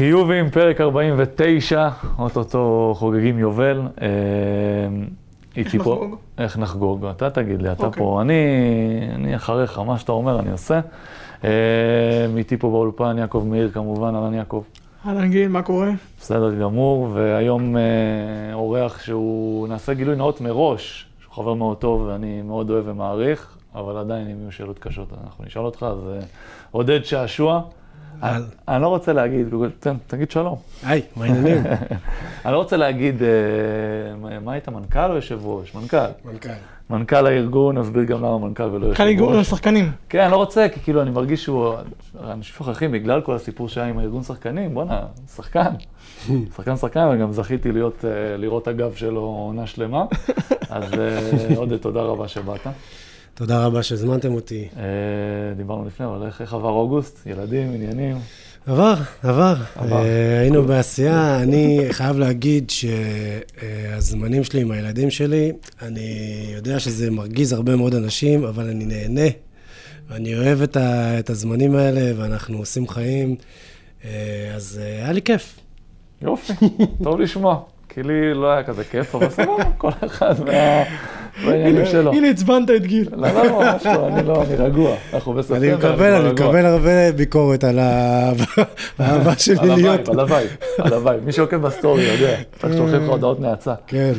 חיובים, פרק 49, אוטוטו חוגגים יובל. איך נחגוג? איך נחגוג? אתה תגיד לי, אתה פה. אני אחריך, מה שאתה אומר אני עושה. איתי פה באולפן, יעקב מאיר כמובן, אהלן יעקב. אהלן גיל, מה קורה? בסדר גמור, והיום אורח שהוא נעשה גילוי נאות מראש, שהוא חבר מאוד טוב ואני מאוד אוהב ומעריך, אבל עדיין אם יהיו שאלות קשות אנחנו נשאל אותך, אז עודד שעשוע. אני לא רוצה להגיד, תגיד שלום. היי, מה העניינים? אני לא רוצה להגיד, מה היית, מנכ"ל או יושב ראש? מנכ"ל. מנכ"ל. מנכ"ל הארגון, נסביר גם למה מנכ"ל ולא יושב ראש. מנכ"ל ארגון לשחקנים. כן, אני לא רוצה, כי כאילו אני מרגיש שהוא, אנשים שוכחים בגלל כל הסיפור שהיה עם הארגון שחקנים, בוא'נה, שחקן. שחקן, וגם זכיתי לראות הגב שלו עונה שלמה. אז עודד, תודה רבה שבאת. תודה רבה שהזמנתם אותי. דיברנו לפני, אבל איך עבר אוגוסט? ילדים, עניינים? עבר. היינו בעשייה. אני חייב להגיד שהזמנים שלי עם הילדים שלי, אני יודע שזה מרגיז הרבה מאוד אנשים, אבל אני נהנה. אני אוהב את הזמנים האלה, ואנחנו עושים חיים. אז היה לי כיף. יופי, טוב לשמוע. כי לי לא היה כזה כיף, אבל סבבה, כל אחד בעניינים שלו. הנה, הצבנת את גיל. לא, ממש לא, אני רגוע. אנחנו בספטמבר, אני מקבל הרבה ביקורת על האהבה שלי להיות. על הווי. מי שעוקב בסטורי יודע, צריך שולחים לך הודעות נאצה. כן.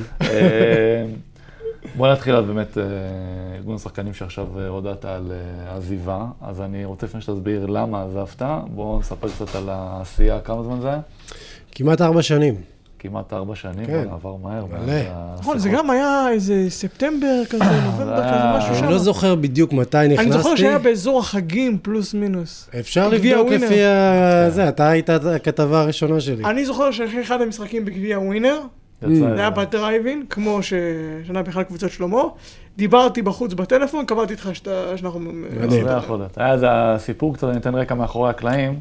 בוא נתחיל אז באמת ארגון השחקנים שעכשיו הודעת על עזיבה, אז אני רוצה לפני שתסביר למה עזבת, בואו נספר קצת על העשייה, כמה זמן זה היה? כמעט 4 שנים. כמעט 4 שנים, כן. עבר מהר. נכון, זה גם היה איזה ספטמבר כזה, נובמבר כזה, משהו שם. אני לא זוכר בדיוק מתי נכנסתי. אני זוכר שהיה באזור החגים פלוס מינוס. אפשר לבדוק לפי זה, אתה היית הכתבה הראשונה שלי. אני זוכר שאחרי אחד המשחקים בגביע ווינר, זה היה בדרייבין, כמו שנה בכלל קבוצת שלמה, דיברתי בחוץ בטלפון, קבלתי איתך שאנחנו... זה יכול להיות. היה איזה סיפור קצת, אני אתן רקע מאחורי הקלעים.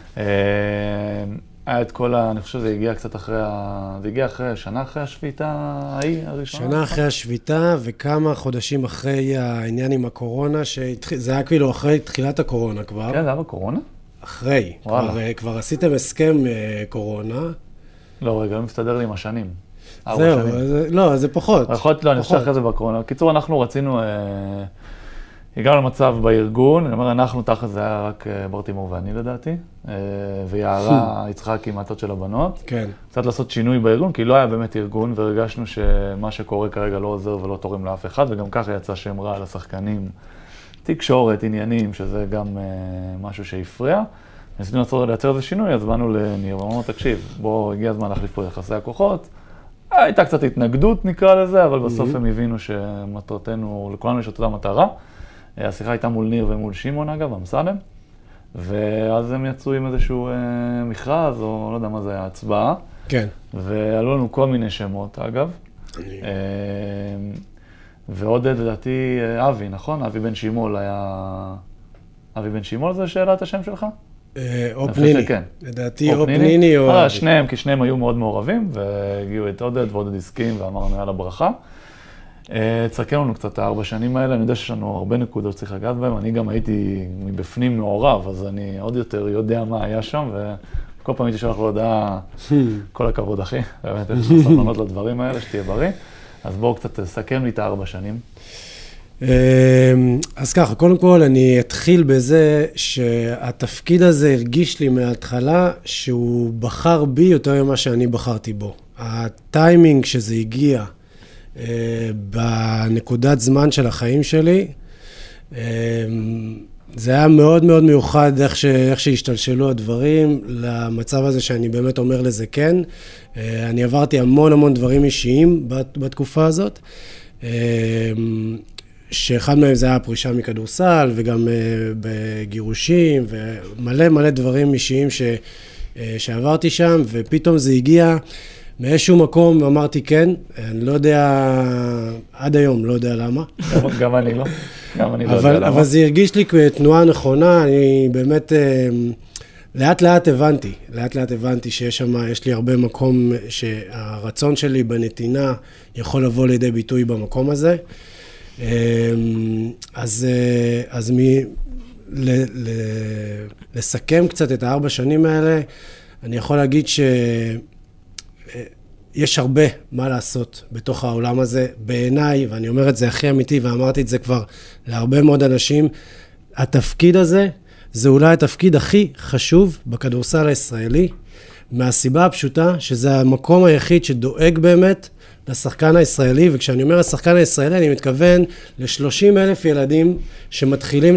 היה את כל אני חושב שזה הגיע קצת אחרי, זה הגיע שנה אחרי השביתה ההיא הראשונה? שנה אחרי השביתה וכמה חודשים אחרי העניין עם הקורונה, זה היה כאילו אחרי תחילת הקורונה כבר. כן, זה היה בקורונה? אחרי, כבר עשיתם הסכם קורונה. לא, רגע, לא מסתדר לי עם השנים. זהו, לא, זה פחות. לא, אני חושב אחרי זה בקורונה. בקיצור, אנחנו רצינו, הגענו למצב בארגון, אני אומר, אנחנו תחת זה היה רק ברטימור ואני לדעתי, ויערה יצחקי מהצד של הבנות. כן. קצת לעשות שינוי בארגון, כי לא היה באמת ארגון, והרגשנו שמה שקורה כרגע לא עוזר ולא תורם לאף אחד, וגם ככה יצא שם רע על השחקנים, תקשורת, עניינים, שזה גם משהו שהפריע. ניסינו לייצר איזה שינוי, אז באנו לניר, ואמרנו, תקשיב, בוא, הגיע הזמן להחליף פה יחסי הכוחות. הייתה קצת התנגדות נקרא לזה, אבל בסוף הם הבינו שמטרתנו, לכולנו יש אותה מטרה. השיחה הייתה מול ניר ומול שמעון אגב, אמסלם, ואז הם יצאו עם איזשהו מכרז, או לא יודע מה זה היה, הצבעה. כן. ועלו לנו כל מיני שמות אגב. ועוד לדעתי אבי, נכון? אבי בן שימול היה... אבי בן שימול זה שאלת השם שלך? או פניני. לדעתי או פניני או אבי. שניהם, כי שניהם היו מאוד מעורבים, והגיעו את עודד ועודד הסכים, ואמרנו יאללה ברכה. צרקנו לנו קצת 4 שנים האלה, אני יודע שיש לנו הרבה נקודות שצריך לגעת בהם, אני גם הייתי מבפנים מעורב, אז אני עוד יותר יודע מה היה שם, וכל פעם הייתי שולח לו הודעה, כל הכבוד אחי, באמת יש לך סבלנות לדברים האלה, שתהיה בריא, אז בואו קצת תסכם לי את 4 שנים. אז ככה, קודם כל אני אתחיל בזה שהתפקיד הזה הרגיש לי מההתחלה שהוא בחר בי יותר ממה שאני בחרתי בו. הטיימינג שזה הגיע בנקודת זמן של החיים שלי, זה היה מאוד מאוד מיוחד איך שהשתלשלו הדברים למצב הזה שאני באמת אומר לזה כן. אני עברתי המון דברים אישיים בתקופה הזאת, שאחד מהם זה היה פרישה מכדורסל וגם בגירושים ומלא דברים אישיים שעברתי שם, ופתאום זה הגיע מאיזשהו מקום, אמרתי כן, אני לא יודע, עד היום לא יודע למה. גם אני לא יודע למה. אבל זה הרגיש לי כתנועה נכונה, אני באמת לאט לאט הבנתי שיש שם, יש לי הרבה מקום שהרצון שלי בנתינה יכול לבוא לידי ביטוי במקום הזה. אז לסכם קצת את 4 שנים האלה, אני יכול להגיד יש הרבה מה לעשות בתוך העולם הזה, בעיניי, ואני אומר את זה הכי אמיתי, ואמרתי את זה כבר להרבה מאוד אנשים, התפקיד הזה, זה אולי התפקיד הכי חשוב בכדורסל הישראלי, מהסיבה הפשוטה שזה המקום היחיד שדואג באמת לשחקן הישראלי, וכשאני אומר השחקן הישראלי, אני מתכוון ל-30,000 ילדים שמתחילים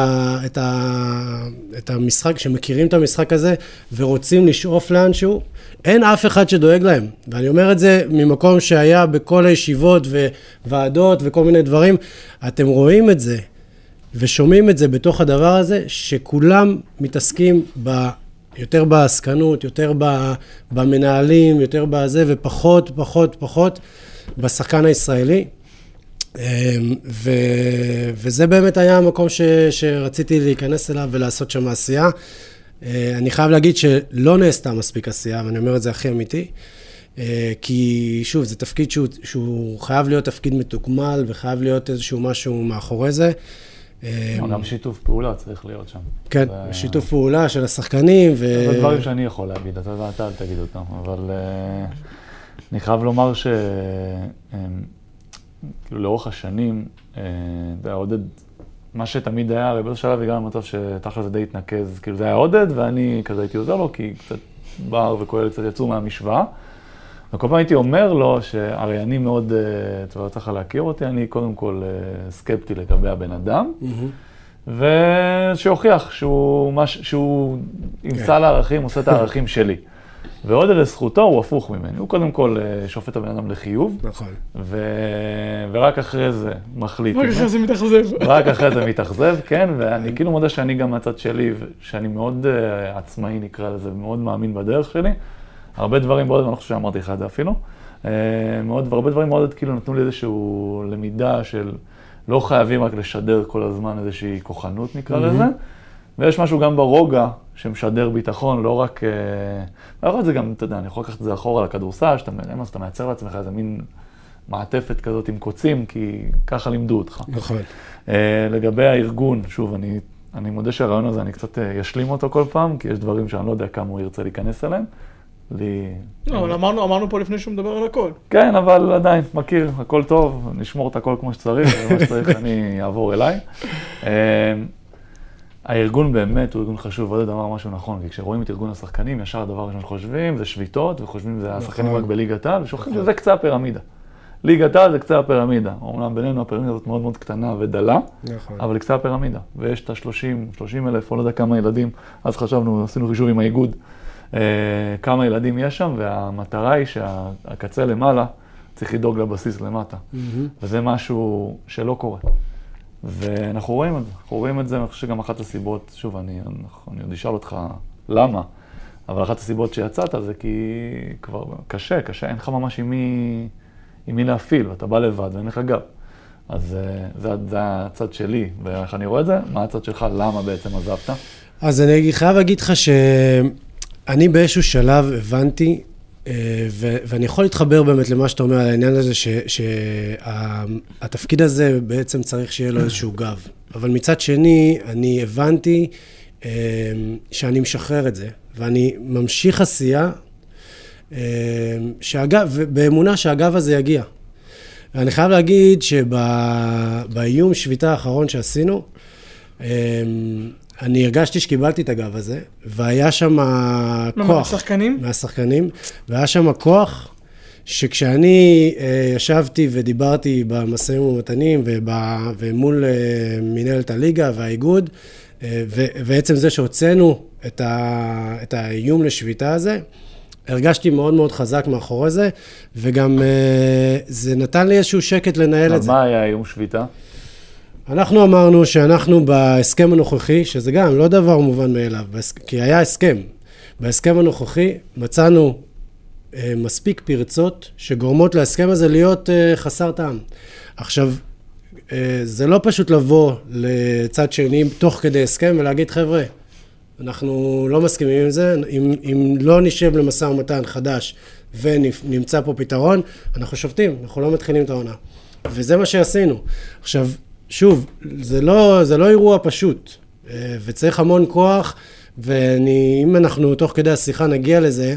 את המשחק, שמכירים את המשחק הזה, ורוצים לשאוף לאנשהו, אין אף אחד שדואג להם. ואני אומר את זה ממקום שהיה בכל הישיבות וועדות וכל מיני דברים, אתם רואים את זה, ושומעים את זה בתוך הדבר הזה, שכולם מתעסקים יותר בעסקנות, יותר במנהלים, יותר בזה, ופחות, פחות בשחקן הישראלי. וזה באמת היה המקום שרציתי להיכנס אליו ולעשות שם עשייה. אני חייב להגיד שלא נעשתה מספיק עשייה, ואני אומר את זה הכי אמיתי, כי שוב, זה תפקיד שהוא חייב להיות תפקיד מתוגמל, וחייב להיות איזשהו משהו מאחורי זה. גם שיתוף פעולה צריך להיות שם. כן, שיתוף פעולה של השחקנים. זה דברים שאני יכול להגיד, אתה אל תגיד אותם, אבל אני חייב לומר לאורך השנים, עודד, מה שתמיד היה, הרי באיזשהו שלב הגענו למצב שתכל'ס זה די התנקז, כאילו זה היה עודד, ואני כזה הייתי עוזר לו, כי קצת בר וכולל קצת יצאו מהמשוואה. וכל פעם הייתי אומר לו שהרי אני מאוד, אתה לא צריך להכיר אותי, אני קודם כל סקפטי לגבי הבן אדם, ושיוכיח שהוא עם סל הערכים, עושה את הערכים שלי. ועוד לזכותו הוא הפוך ממני, הוא קודם כל שופט את הבן אדם לחיוב, נכון. ורק אחרי זה מחליט. רק אחרי זה מתאכזב. רק אחרי זה מתאכזב, כן, ואני כאילו מודה שאני גם מהצד שלי, שאני מאוד עצמאי נקרא לזה, ומאוד מאמין בדרך שלי. הרבה דברים מאוד, אני לא חושב שאמרתי לך את זה אפילו, והרבה דברים מאוד כאילו נתנו לי איזשהו למידה של לא חייבים רק לשדר כל הזמן איזושהי כוחנות נקרא לזה, ויש משהו גם ברוגע שמשדר ביטחון, לא רק, ואחרי זה גם, אתה יודע, אני יכול לקחת את זה אחורה לכדורסל, שאתה מייצר לעצמך איזה מין מעטפת כזאת עם קוצים, כי ככה לימדו אותך. נכון. לגבי הארגון, שוב, אני מודה שהרעיון הזה, אני קצת ישלים אותו כל פעם, כי יש דברים שאני לא יודע כמה הוא ירצה להיכנס אליהם. לא, אבל אמרנו פה לפני שהוא מדבר על הכל. כן, אבל עדיין, מכיר, הכל טוב, נשמור את הכל כמו שצריך, ומה שצריך אני אעבור אליי. הארגון באמת הוא ארגון חשוב, ועוד אמר משהו נכון, כי כשרואים את ארגון השחקנים, ישר הדבר הראשון שחושבים, זה שביתות, וחושבים זה השחקנים רק בליגת העל, ושוכחים שזה קצה הפירמידה. ליגת העל זה קצה הפירמידה. אומנם בינינו הפירמידה הזאת מאוד מאוד קטנה ודלה, אבל קצה הפירמידה. ויש את ה-30 אלף, או לא יודע כמה ילדים, אז חשבנו, עשינו חישוב עם האיגוד, כמה ילדים יש שם, והמטרה היא שהקצה למעלה צריך לדאוג לבסיס למטה. וזה משהו שלא קורה. ואנחנו רואים את זה. אנחנו רואים את זה, אני חושב שגם אחת הסיבות, שוב, אני עוד אשאל אותך למה, אבל אחת הסיבות שיצאת זה כי כבר קשה, אין לך ממש עם מי להפעיל, ואתה בא לבד ואין לך גב. אז זה הצד שלי, ואיך אני רואה את זה, מה הצד שלך, למה בעצם עזבת? אז אני חייב להגיד לך שאני באיזשהו שלב הבנתי, ואני יכול להתחבר באמת למה שאתה אומר על העניין הזה, שהתפקיד הזה בעצם צריך שיהיה לו איזשהו גב. אבל מצד שני, אני הבנתי שאני משחרר את זה, ואני ממשיך עשייה, באמונה שהגב הזה יגיע. אני חייב להגיד שבאיום שביתה האחרון שעשינו, אני הרגשתי שקיבלתי את הגב הזה, והיה שם כוח. מהשחקנים? והיה שם כוח שכשאני ישבתי ודיברתי במשאים ומתנים ומול מנהלת הליגה והאיגוד, ובעצם זה שהוצאנו את האיום לשביתה הזה, הרגשתי מאוד מאוד חזק מאחורי זה, וגם זה נתן לי איזשהו שקט לנהל את זה. מה היה איום שביתה? אנחנו אמרנו שאנחנו בהסכם הנוכחי, שזה גם לא דבר מובן מאליו, כי היה הסכם. בהסכם הנוכחי מצאנו מספיק פרצות שגורמות להסכם הזה להיות חסר טעם. עכשיו, זה לא פשוט לבוא לצד שני תוך כדי הסכם ולהגיד, חבר'ה, אנחנו לא מסכימים עם זה, אם לא נשב למשא ומתן חדש ונמצא פה פתרון, אנחנו שופטים, אנחנו לא מתחילים את העונה. וזה מה שעשינו. עכשיו, שוב, זה לא אירוע פשוט, וצריך המון כוח, ואם אנחנו תוך כדי השיחה נגיע לזה,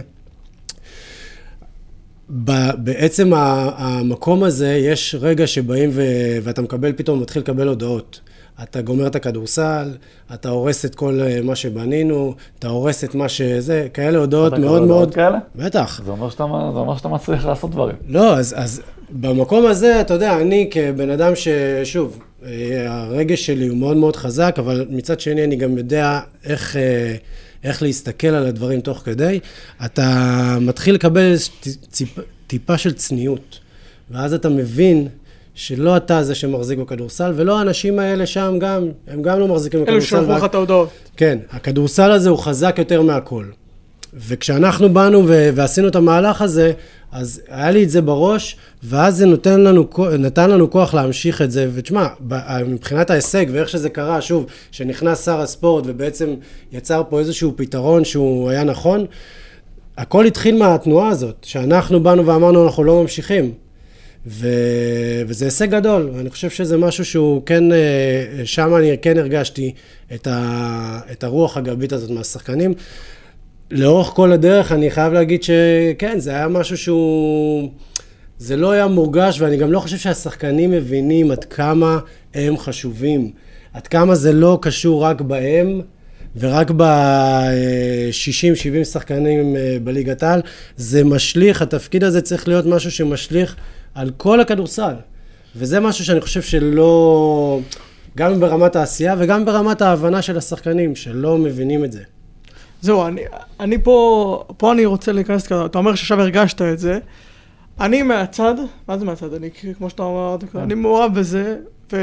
בעצם המקום הזה, יש רגע שבאים ואתה מקבל, פתאום מתחיל לקבל הודעות. אתה גומר את הכדורסל, אתה הורס את כל מה שבנינו, אתה הורס את מה שזה, כאלה הודעות מאוד מאוד... כאלה? בטח. זה אומר שאתה מצליח לעשות דברים. לא, אז במקום הזה, אתה יודע, אני כבן אדם ששוב, הרגש שלי הוא מאוד מאוד חזק, אבל מצד שני אני גם יודע איך להסתכל על הדברים תוך כדי. אתה מתחיל לקבל טיפה של צניעות, ואז אתה מבין שלא אתה זה שמחזיק בכדורסל, ולא האנשים האלה שם גם, הם גם לא מחזיקים בכדורסל. אלו שלחו לך את ההודעות. כן, הכדורסל הזה הוא חזק יותר מהכל. וכשאנחנו באנו ועשינו את המהלך הזה, אז היה לי את זה בראש, ואז זה נתן לנו כוח להמשיך את זה, ותשמע, מבחינת ההישג ואיך שזה קרה, שוב, שנכנס שר הספורט ובעצם יצר פה איזשהו פתרון שהוא היה נכון, הכל התחיל מהתנועה הזאת, שאנחנו באנו ואמרנו אנחנו לא ממשיכים, וזה הישג גדול, ואני חושב שזה משהו שהוא כן, שם אני כן הרגשתי את הרוח הגבית הזאת מהשחקנים, לאורך כל הדרך אני חייב להגיד שכן, זה היה משהו שהוא... זה לא היה מורגש, ואני גם לא חושב שהשחקנים מבינים עד כמה הם חשובים. עד כמה זה לא קשור רק בהם, ורק ב-60-70 שחקנים בליגת העל. זה משליך, התפקיד הזה צריך להיות משהו שמשליך על כל הכדורסל. וזה משהו שאני חושב שלא... גם ברמת העשייה וגם ברמת ההבנה של השחקנים, שלא מבינים את זה. זהו, אני פה אני רוצה להיכנס כזה, אתה אומר שעכשיו הרגשת את זה, אני מהצד, מה זה מהצד? אני, כמו שאתה אומר, אני מעורב בזה,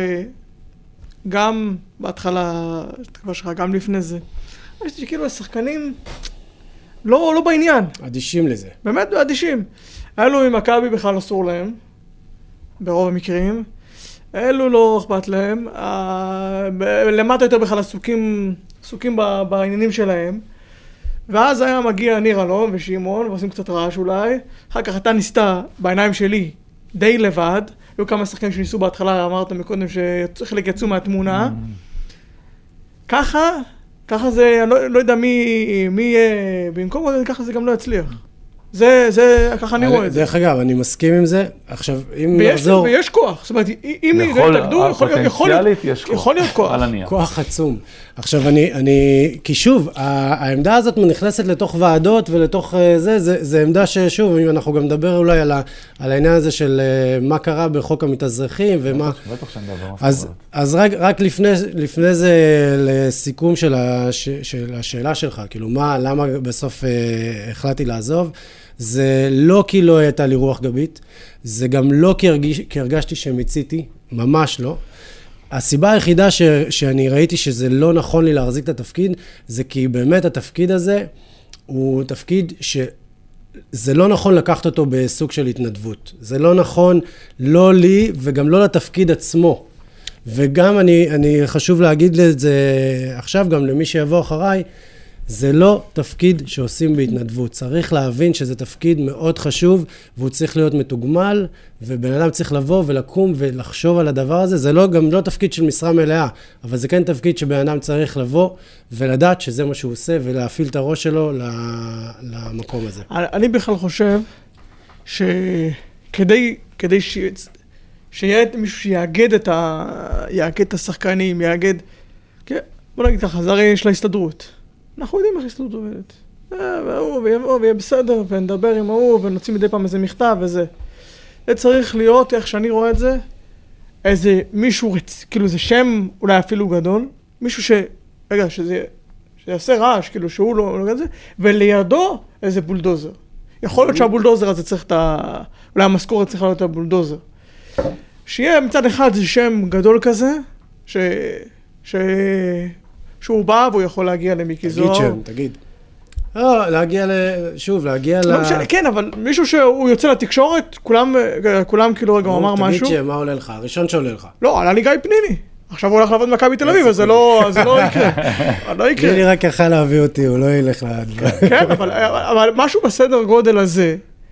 וגם בהתחלה, גם לפני זה, יש לי כאילו השחקנים לא בעניין. אדישים לזה. באמת אדישים. אלו עם מכבי בכלל אסור להם, ברוב המקרים, אלו לא אכפת להם, למטה יותר בכלל עסוקים בעניינים שלהם, ואז היה מגיע ניר אלון ושימון, ועושים קצת רעש אולי. אחר כך אתה ניסתה בעיניים שלי די לבד. היו כמה שחקנים שניסו בהתחלה, אמרת מקודם שחלק יצאו מהתמונה. ככה זה, אני לא יודע מי יהיה במקום, ככה זה גם לא יצליח. ככה אני רואה את זה. דרך אגב, אני מסכים עם זה. עכשיו, אם נחזור... ויש כוח. זאת אומרת, אם יתאגדו, יכול להיות כוח. כוח עצום. עכשיו, כי שוב, העמדה הזאת נכנסת לתוך ועדות ולתוך זה עמדה ששוב, אם אנחנו גם נדבר אולי על העניין הזה של מה קרה בחוק המתאזרחים ומה... בטח שאני מדבר. אז רק לפני זה, לסיכום של השאלה שלך, כאילו, למה בסוף החלטתי לעזוב? זה לא כי לא הייתה לי רוח גבית, זה גם לא כי הרגשתי שמיציתי, ממש לא. הסיבה היחידה שאני ראיתי שזה לא נכון לי להחזיק את התפקיד, זה כי באמת התפקיד הזה הוא תפקיד שזה לא נכון לקחת אותו בסוג של התנדבות. זה לא נכון, לא לי וגם לא לתפקיד עצמו. וגם אני חשוב להגיד את זה עכשיו גם למי שיבוא אחריי, זה לא תפקיד שעושים בהתנדבות. צריך להבין שזה תפקיד מאוד חשוב, והוא צריך להיות מתוגמל, ובן אדם צריך לבוא ולקום ולחשוב על הדבר הזה. זה גם לא תפקיד של משרה מלאה, אבל זה כן תפקיד שבן אדם צריך לבוא ולדעת שזה מה שהוא עושה, ולהפעיל את הראש שלו למקום הזה. אני בכלל חושב שכדי שיהיה מישהו שיאגד את השחקנים, בוא נגיד ככה, זה הרי יש להסתדרות. אנחנו יודעים איך הסתדרות עובדת. והוא יבוא ויהיה בסדר, ונדבר עם ההוא, ונוציא מדי פעם איזה מכתב וזה. זה צריך להיות, איך שאני רואה את זה, איזה מישהו, כאילו זה שם אולי אפילו גדול, מישהו שיעשה רעש, כאילו שהוא לא כזה, ולידו איזה בולדוזר. יכול להיות שהבולדוזר הזה צריך אולי המשכורת צריכה להיות הבולדוזר. שיהיה מצד אחד זה שם גדול כזה, שהוא בא והוא יכול להגיע למיקי זוהר. תגיד. להגיע כן, אבל מישהו שהוא יוצא לתקשורת, כולם כאילו רגע אמר משהו. תגיד מה עולה לך, הראשון שעולה לך. לא, עלה לי גיא פניני. עכשיו הוא הולך לעבוד במכבי תל אביב, אז זה לא יקרה. לא יקרה. פניני רק יכל להביא אותי, הוא לא ילך לדבר. כן, אבל משהו בסדר גודל הזה,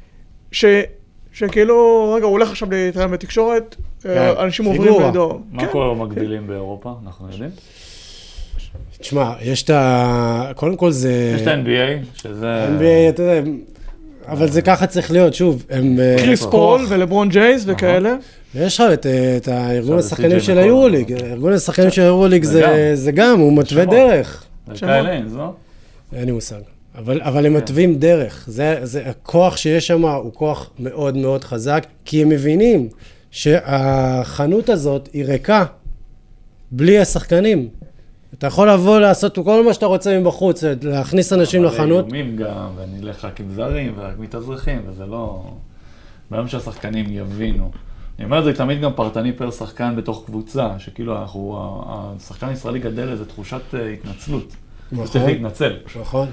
שכאילו, רגע, הוא הולך עכשיו להתראיין בתקשורת, אנשים עוברים בידו. מה קורה במקבילים באירופה, אנחנו יודעים? תשמע, קודם כל זה... יש את ה-NBA, שזה... NBA, אתה יודע, אבל זה ככה צריך להיות, שוב, הם... קריס פול ולברון ג'ייס וכאלה. ויש לך את הארגון השחקנים של היורוליג, ארגון השחקנים של היורוליג זה גם, הוא מתווה דרך. זה כאלה, לא? אין לי מושג. אבל הם מתווים דרך. הכוח שיש שם הוא כוח מאוד מאוד חזק, כי הם מבינים שהחנות הזאת היא ריקה, בלי השחקנים. אתה יכול לבוא לעשות כל מה שאתה רוצה מבחוץ, להכניס אנשים לחנות. אבל איומים גם, ואני אלך רק עם זרים ורק מתאזרחים, וזה לא... ביום שהשחקנים יבינו. אני אומר את זה תמיד גם פרטני פר שחקן בתוך קבוצה, שכאילו השחקן הישראלי גדל איזו תחושת התנצלות. נכון. צריך להתנצל. נכון.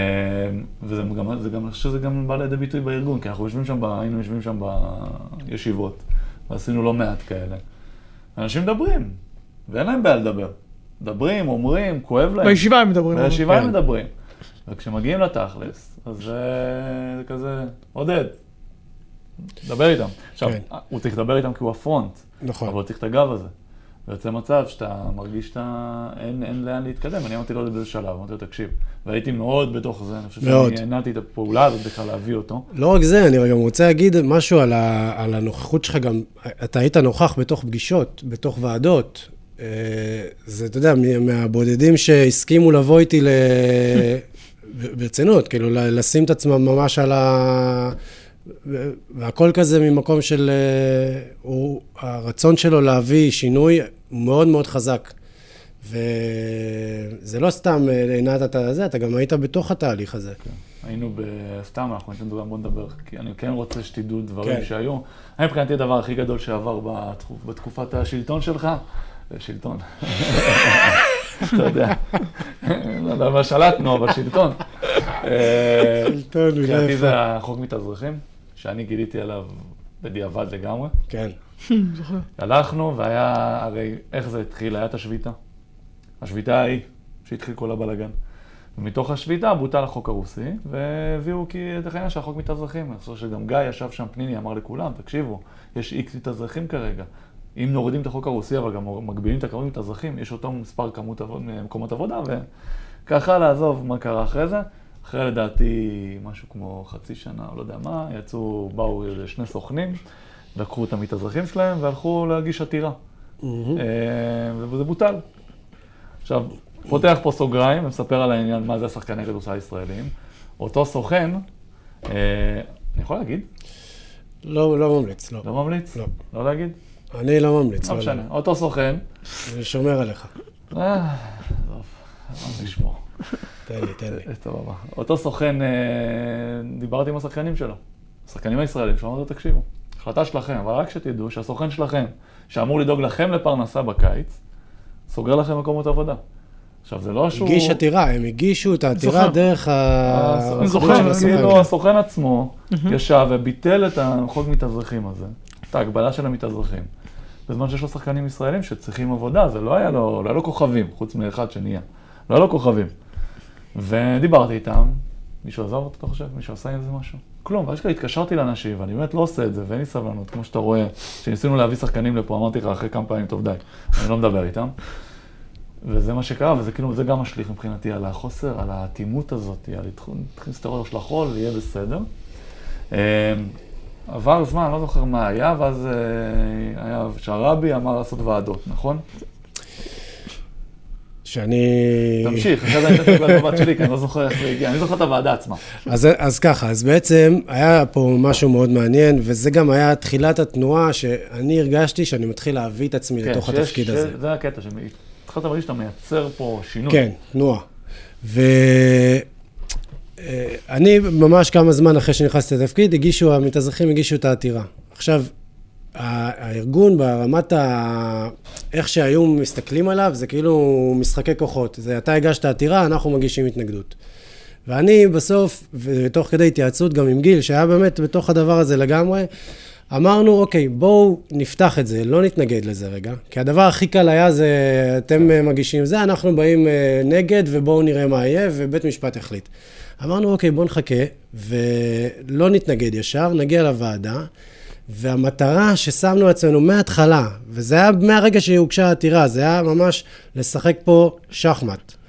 אני חושב שזה גם בא לידי ביטוי בארגון, כי היינו יושבים שם בישיבות, ועשינו לא מעט כאלה. אנשים מדברים, ואין להם בעיה לדבר. מדברים, אומרים, כואב להם. בישיבה הם מדברים. בישיבה הם מדברים. וכשמגיעים לתכלס, אז זה כזה, עודד, דבר איתם. עכשיו, הוא צריך לדבר איתם כי הוא הפרונט. נכון. אבל הוא צריך את הגב הזה. ויוצא מצב שאתה מרגיש שאתה אין לאן להתקדם. אני אמרתי לו באיזה שלב, אמרתי לו תקשיב. והייתי מאוד בתוך זה, אני חושב שאני הענתי את הפעולה הזאת בכלל להביא אותו. לא רק זה, אני גם רוצה להגיד משהו על הנוכחות שלך גם, אתה היית נוכח בתוך פגישות, בתוך ועדות. זה, אתה יודע, מהבודדים שהסכימו לבוא איתי ברצינות, כאילו לשים את עצמם ממש על והכל כזה ממקום של, הרצון שלו להביא שינוי מאוד מאוד חזק. וזה לא סתם עינת את זה, אתה גם היית בתוך התהליך הזה. היינו בסתם, אנחנו ניתן גם בוא נדבר, כי אני כן רוצה שתדעו דברים שהיו. אני מבחינתי הדבר הכי גדול שעבר בתקופת השלטון שלך, שלטון. אתה יודע, לא יודע מה שלטנו, אבל שלטון. שלטון, מבחינתי זה החוק מתאזרחים, שאני גיליתי עליו בדיעבד לגמרי. כן. הלכנו, והיה, הרי איך זה התחיל? היה את השביתה. השביתה ההיא, שהתחיל כל הבלגן. ומתוך השביתה בוטל החוק הרוסי, והביאו את החיים שהחוק מתאזרחים. אני חושב שגם גיא ישב שם פניני, אמר לכולם, תקשיבו, יש איקס מתאזרחים כרגע. אם נורידים את החוק הרוסי, אבל גם מגבילים את הכמות מתאזרחים, יש אותו מספר מקומות עבודה, וככה לעזוב מה קרה אחרי זה. אחרי לדעתי משהו כמו חצי שנה, או לא יודע מה, באו שני סוכנים, לקחו את המתאזרחים שלהם והלכו להגיש עתירה. וזה בוטל. עכשיו, פותח פה סוגריים ומספר על העניין מה זה השחקני כדורסל הישראלים. אותו סוכן, אני יכול להגיד? לא ממליץ, לא. לא ממליץ? לא. לא להגיד? אני לא ממליץ. לא משנה, אותו סוכן. אני שומר עליך. טוב, נשמור. תן לי. טוב, אותו סוכן, דיברתי עם השחקנים שלו, השחקנים הישראלים, שאמרתי, תקשיבו, החלטה שלכם, אבל רק שתדעו שהסוכן שלכם, שאמור לדאוג לכם לפרנסה בקיץ, סוגר לכם מקומות עבודה. עכשיו, זה לא שהוא... הגיש עתירה, הם הגישו את העתירה דרך הסוכן עצמו ישב וביטל את החוק מתאזרחים הזה, את ההגבלה של המתאזרחים. בזמן שיש לו שחקנים ישראלים שצריכים עבודה, זה לא היה לו כוכבים, חוץ מאחד שנהיה. לא היה לו כוכבים. ודיברתי איתם, מישהו עזר אותי, אתה חושב? מישהו עשה עם זה משהו? כלום, ואז כלל התקשרתי לאנשים, ואני באמת לא עושה את זה, ואין לי סבלנות, כמו שאתה רואה, שניסינו להביא שחקנים לפה, אמרתי לך אחרי כמה פעמים, טוב די, אני לא מדבר איתם. וזה מה שקרה, וזה כאילו, זה גם משליך מבחינתי על החוסר, על האטימות הזאת, על להתחיל את הראש לחול, ויהיה בסדר. עבר זמן, לא זוכר מה היה, ואז היה שהרבי אמר לעשות ועדות, נכון? שאני... תמשיך, אחרי זה אני אתן את הבת שלי, כי אני לא זוכר איך זה הגיע, אני זוכר את הוועדה עצמה. אז ככה, אז בעצם היה פה משהו מאוד מעניין, וזה גם היה תחילת התנועה, שאני הרגשתי שאני מתחיל להביא את עצמי לתוך התפקיד הזה. זה הקטע, התחלת להרגיש שאתה מייצר פה שינוי. כן, תנועה. ואני ממש כמה זמן אחרי שנכנסתי לתפקיד, המתאזרחים הגישו את העתירה. עכשיו, הארגון ברמת איך שהיו מסתכלים עליו, זה כאילו משחקי כוחות. זה אתה הגשת עתירה, אנחנו מגישים התנגדות. ואני בסוף, ותוך כדי התייעצות גם עם גיל, שהיה באמת בתוך הדבר הזה לגמרי, אמרנו, אוקיי, בואו נפתח את זה, לא נתנגד לזה רגע. כי הדבר הכי קל היה זה, אתם מגישים זה, אנחנו באים נגד, ובואו נראה מה יהיה, ובית משפט החליט. אמרנו, אוקיי, בואו נחכה, ולא נתנגד ישר, נגיע לוועדה, והמטרה ששמנו אצלנו מההתחלה, וזה היה מהרגע שהוגשה העתירה, זה היה ממש לשחק פה שחמט.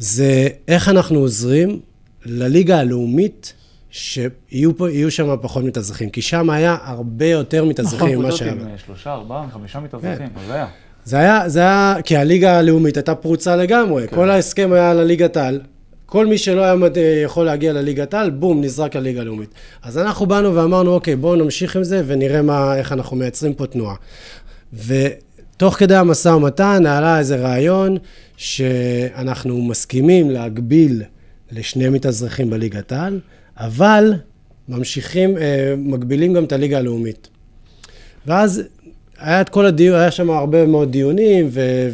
זה איך אנחנו עוזרים לליגה הלאומית, שיהיו שם פחות מתאזרחים, כי שם היה הרבה יותר מתאזרחים ממה שהיה. נכון, 3, 4, 5 מתאזרחים, זה היה, כי הליגה הלאומית הייתה פרוצה לגמרי, כל ההסכם היה לליגת העל, כל מי שלא היה יכול להגיע לליגת העל, בום, נזרק לליגה הלאומית. אז אנחנו באנו ואמרנו, אוקיי, בואו נמשיך עם זה ונראה איך אנחנו מייצרים פה תנועה. ותוך כדי המשא ומתן, נעלה איזה רעיון שאנחנו מסכימים להגביל לשני מתאזרחים בליגת העל, אבל מגבילים גם את הליגה הלאומית. ואז היה את כל הדיון, היה שם הרבה מאוד דיונים,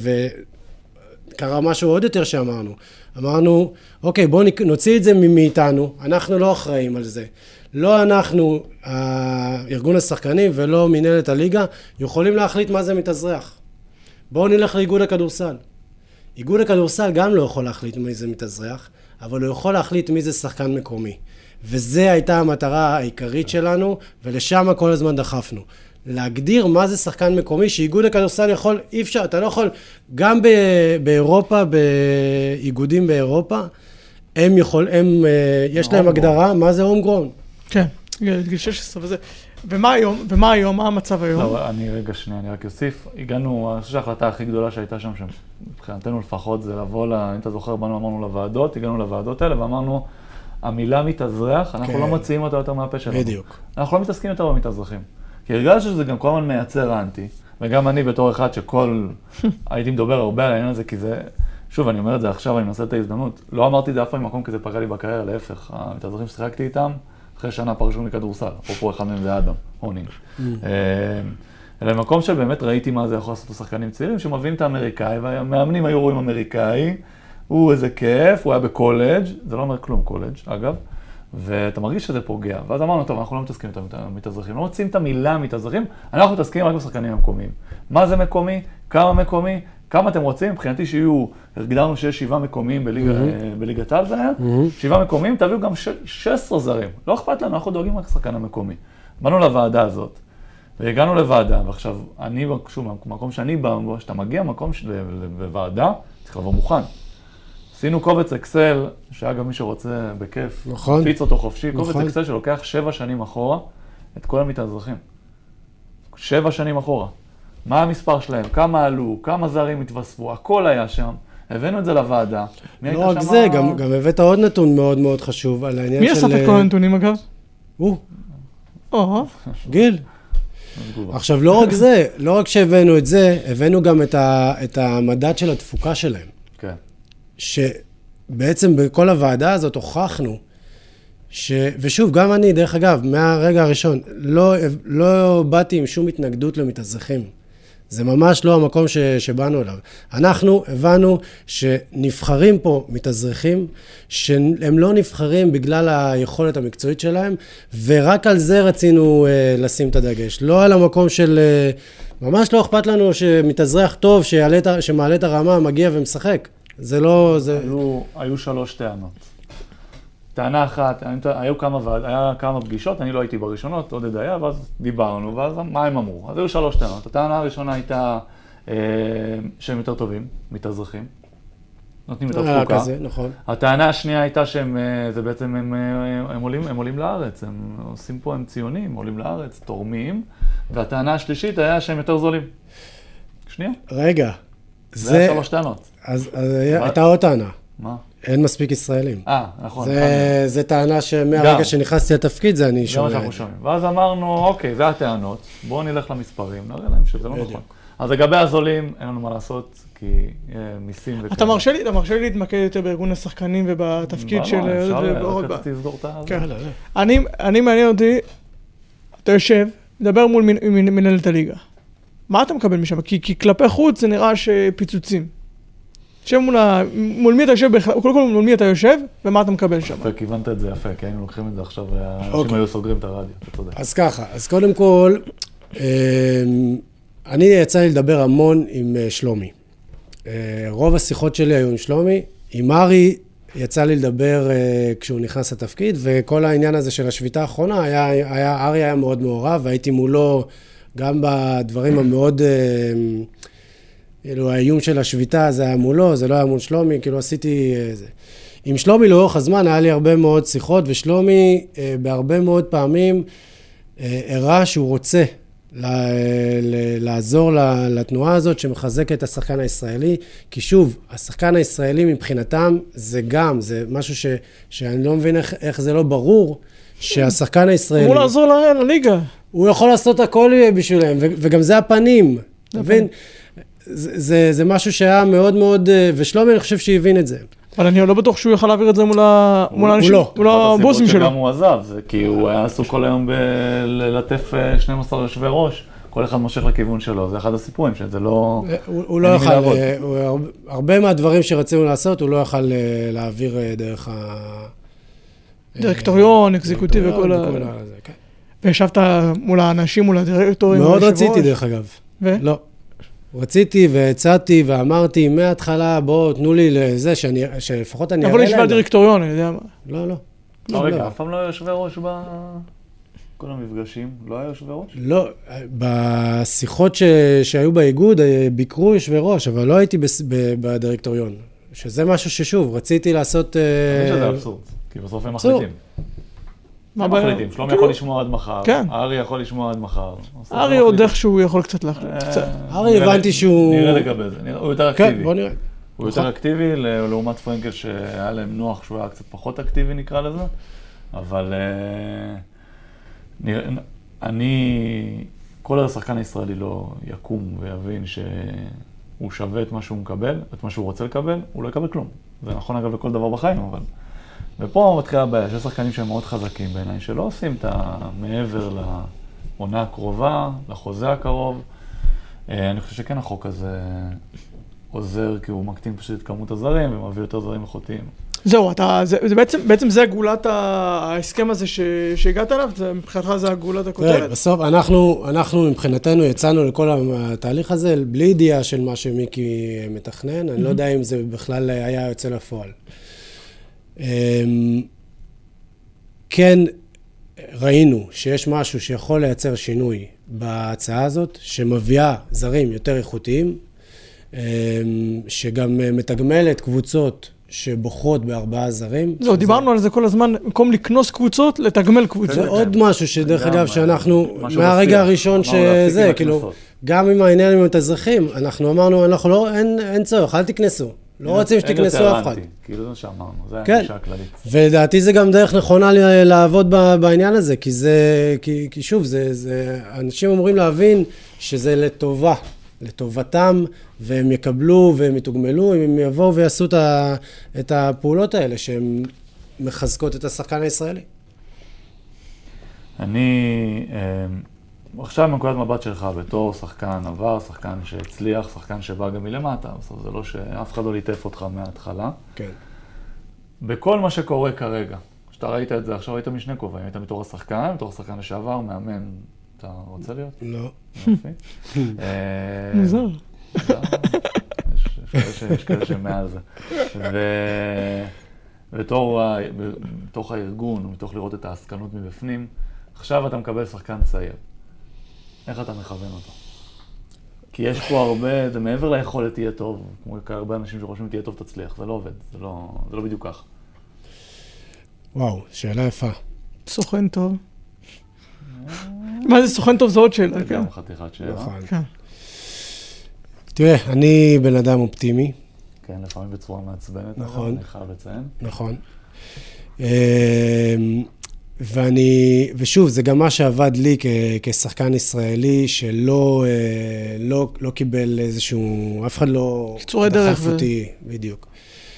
וקרה משהו עוד יותר שאמרנו. אמרנו, אוקיי, בואו נוציא את זה מאיתנו, אנחנו לא אחראים על זה. לא אנחנו, ארגון השחקנים ולא מנהלת הליגה, יכולים להחליט מה זה מתאזרח. בואו נלך לאיגוד הכדורסל. איגוד הכדורסל גם לא יכול להחליט מי זה מתאזרח, אבל הוא יכול להחליט מי זה שחקן מקומי. וזה הייתה המטרה העיקרית שלנו, ולשם כל הזמן דחפנו. להגדיר מה זה שחקן מקומי, שאיגוד הכדורסל יכול, אי אפשר, אתה לא יכול, גם באירופה, באיגודים באירופה, יש להם הגדרה, מה זה הום-גרון. כן, גיל 16 וזה. ומה היום? מה המצב היום? לא, אני רק אוסיף, הגענו, אני חושב שההחלטה הכי גדולה שהייתה שם, מבחינתנו לפחות, זה לבוא, אם אתה זוכר, אמרנו לוועדות, הגענו לוועדות האלה, ואמרנו, המילה מתאזרח, אנחנו לא מציעים אותה יותר מהפה שלנו. בדיוק. אנחנו לא מתעסקים יותר במתאזרחים. כי הרגע שזה גם כל הזמן מייצר אנטי, וגם אני בתור אחד הייתי מדבר הרבה על העניין הזה, כי זה, שוב, אני אומר את זה עכשיו, אני מנסה את ההזדמנות, לא אמרתי את זה אף פעם במקום, כי זה פגע לי בקריירה, להפך, המתאזרחים ששיחקתי איתם, אחרי שנה פרשו מכדורסל, אפרופו אחד מהם זה אדם, הונינג. אלא במקום של באמת ראיתי מה זה יכול לעשות לשחקנים צעירים, שמביאים את האמריקאי, והמאמנים היו רואים אמריקאי, הוא איזה כיף, הוא היה בקולג', זה לא אומר כלום קולג', אגב, ואתה מרגיש שזה פוגע. ואז אמרנו, טוב, אנחנו לא מתעסקים את המתאזרחים, לא מוצאים את המילה מתאזרחים, אנחנו מתעסקים רק בשחקנים המקומיים. מה זה מקומי? כמה מקומי? כמה אתם רוצים? מבחינתי הגדרנו שיש 7 מקומיים בליגת העל, זה היה 7 מקומיים, תביאו גם 16 זרים. לא אכפת לנו, אנחנו דואגים רק לשחקן המקומי. באנו לוועדה הזאת, והגענו לוועדה, ועכשיו, שוב, במקום שאני בא, שאתה מגיע למקום לוועדה, צריך לבוא מוכן. עשינו קובץ אקסל, שאגב מי שרוצה בכיף, פיץ אותו חופשי, קובץ אקסל שלוקח 7 שנים אחורה את כל המתאזרחים. 7 שנים אחורה. מה המספר שלהם, כמה עלו, כמה זרים התווספו, הכל היה שם. הבאנו את זה לוועדה. לא רק זה, גם הבאת עוד נתון מאוד מאוד חשוב על העניין של... מי אסף את כל הנתונים אגב? גיל. עכשיו לא רק זה, לא רק שהבאנו את זה, הבאנו גם את המדד של התפוקה שלהם. כן. שבעצם בכל הוועדה הזאת הוכחנו, ושוב, גם אני, דרך אגב, מהרגע הראשון, לא באתי עם שום התנגדות למתאזרחים. זה ממש לא המקום שבאנו אליו. אנחנו הבנו שנבחרים פה מתאזרחים, שהם לא נבחרים בגלל היכולת המקצועית שלהם, ורק על זה רצינו לשים את הדגש. לא על המקום של... ממש לא אכפת לנו שמתאזרח טוב, שמעלה את הרמה, מגיע ומשחק. זה לא... היו 3 טענות. טענה אחת, היה כמה פגישות, אני לא הייתי בראשונות, עודד היה, ואז דיברנו, ואז מה הם אמרו? אז היו 3 טענות. הטענה הראשונה הייתה שהם יותר טובים, מתאזרחים, נותנים יותר תפוקה. כזה, נכון. הטענה השנייה הייתה שהם, זה בעצם, הם עולים לארץ, הם עושים פה, הם ציונים, עולים לארץ, תורמים, והטענה השלישית היה שהם יותר זולים. שנייה. רגע. זה היה 3 טענות. אז הייתה עוד טענה. מה? אין מספיק ישראלים. נכון. זה טענה שמהרגע שנכנסתי לתפקיד, זה אני שומע. זה מה שאנחנו שומעים. ואז אמרנו, אוקיי, זה הטענות, בואו נלך למספרים, נראה להם שזה לא נכון. אז לגבי הזולים, אין לנו מה לעשות, כי מיסים וכאלה. אתה מרשה לי להתמקד יותר בארגון השחקנים ובתפקיד של... אפשר, רציתי לסגור את זה. אני מעניין אותי, אתה יושב, מדבר מול מנהלת הליגה. מה אתה מקבל משם? כי כלפי חוץ זה נראה שפיצוצים. מול מי אתה יושב, קודם כל מול מי אתה יושב, ומה אתה מקבל שם? יפה, כיוונת את זה יפה, כי היינו לוקחים את זה עכשיו, ואנשים היו סוגרים את הרדיו, אתה צודק. אז ככה, אז קודם כל, אני יצא לי לדבר המון עם שלומי. רוב השיחות שלי היו עם שלומי, עם ארי יצא לי לדבר כשהוא נכנס לתפקיד, וכל העניין הזה של השביתה האחרונה, ארי היה מאוד מעורב, והייתי מולו גם בדברים המאוד... כאילו, האיום של השביתה זה היה מולו, זה לא היה מול שלומי, כאילו, עשיתי זה. עם שלומי לאורך הזמן היה לי הרבה מאוד שיחות, ושלומי בהרבה מאוד פעמים הראה שהוא רוצה לעזור לתנועה הזאת שמחזקת את השחקן הישראלי, כי שוב, השחקן הישראלי מבחינתם זה גם, זה משהו שאני לא מבין איך זה לא ברור, שהשחקן הישראלי... הוא לעזור לליגה. הוא יכול לעשות הכל בשבילם, וגם זה הפנים, אתה מבין? זה משהו שהיה מאוד מאוד, ושלומי אני חושב שהבין את זה. אבל אני לא בטוח שהוא יכל להעביר את זה מול האנשים, מול הבוסים שלו. שגם הוא עזב, כי הוא היה עסוק כל היום בלטף 12 יושבי ראש, כל אחד מושך לכיוון שלו, זה אחד הסיפורים, שזה לא... הוא לא יכל, הרבה מהדברים שרצינו לעשות, הוא לא יכל להעביר דרך דירקטוריון, אקזקוטיב וכל ה... וישבת מול האנשים, מול הדירקטורים. מאוד רציתי דרך אגב. ו? לא. רציתי והצעתי ואמרתי מההתחלה, בואו תנו לי לזה שלפחות אני... אבל ישבה דירקטוריון, אני יודע מה. לא. לא, רגע, אף פעם לא יושבי ראש בכל המפגשים? לא היה יושבי ראש? לא, בשיחות שהיו באיגוד ביקרו יושבי ראש, אבל לא הייתי בדירקטוריון. שזה משהו ששוב, רציתי לעשות... אני חושב שזה אבסורד, כי בסוף הם מחליטים. מה מחליטים? שלומי יכול לשמוע עד מחר, ארי יכול לשמוע עד מחר. ארי עוד איכשהו יכול קצת להחליט. ארי הבנתי שהוא... נראה לגבי זה, הוא יותר אקטיבי. כן, בוא נראה. הוא יותר אקטיבי, לעומת פרנקל שהיה להם נוח שהוא היה קצת פחות אקטיבי נקרא לזה, אבל כל השחקן הישראלי לא יקום ויבין שהוא שווה את מה שהוא מקבל, את מה שהוא רוצה לקבל, הוא לא יקבל כלום. זה נכון אגב לכל דבר בחיים, אבל... ופה מתחילה הבעיה, שיש שחקנים שהם מאוד חזקים בעיניי, שלא עושים את המעבר לעונה הקרובה, לחוזה הקרוב. אני חושב שכן החוק הזה עוזר, כי הוא מקטין פשוט את כמות הזרים, ומביא יותר זרים איכותיים. זהו, בעצם זה הגולת ההסכם הזה שהגעת אליו, מבחינתך זה הגולת הכותרת? בסוף, אנחנו מבחינתנו יצאנו לכל התהליך הזה, בלי ידיעה של מה שמיקי מתכנן, אני לא יודע אם זה בכלל היה יוצא לפועל. כן ראינו שיש משהו שיכול לייצר שינוי בהצעה הזאת, שמביאה זרים יותר איכותיים, שגם מתגמלת קבוצות שבוחרות בארבעה זרים. לא, דיברנו על זה כל הזמן, במקום לקנוס קבוצות, לתגמל קבוצות. זה עוד משהו שדרך אגב שאנחנו, מהרגע הראשון שזה, כאילו, גם עם העניין עם התאזרחים, אנחנו אמרנו, אנחנו לא, אין צורך, אל תכנסו. לא רוצים שתכנסו אף אחד. כאילו זה שאמרנו, זה הגישה הכללית. ולדעתי זה גם דרך נכונה לעבוד בעניין הזה, כי שוב, אנשים אומרים להבין שזה לטובה, לטובתם, והם יקבלו והם יתוגמלו, אם הם יבואו ויעשו את הפעולות האלה, שהן מחזקות את השחקן הישראלי. עכשיו מנקודת מבט שלך בתור שחקן עבר, שחקן שהצליח, שחקן שבא גם מלמטה, בסוף זה לא שאף אחד לא ליטף אותך מההתחלה. כן. בכל מה שקורה כרגע, כשאתה ראית את זה, עכשיו ראית משני כובעים, היית מתור השחקן, מתור השחקן לשעבר, מאמן, אתה רוצה להיות? לא. יופי. מוזר. יש כאלה שמעל זה. ובתוך הארגון, ומתוך לראות את העסקנות מבפנים, עכשיו אתה מקבל שחקן צעיר. איך אתה מכוון אותו? כי יש פה הרבה, זה מעבר ליכולת תהיה טוב, כמו הרבה אנשים שחושבים תהיה טוב תצליח, זה לא עובד, זה לא בדיוק כך. וואו, שאלה יפה. סוכן טוב. מה זה סוכן טוב? זו עוד שאלה. זה גם חתיכת שאלה. נכון. תראה, אני בן אדם אופטימי. כן, לפעמים בצורה מעצבנת, נכון. אני חייב לציין. נכון. ושוב, זה גם מה שעבד לי כשחקן ישראלי, שלא לא קיבל איזשהו, אף אחד לא דחף אותי, בדיוק.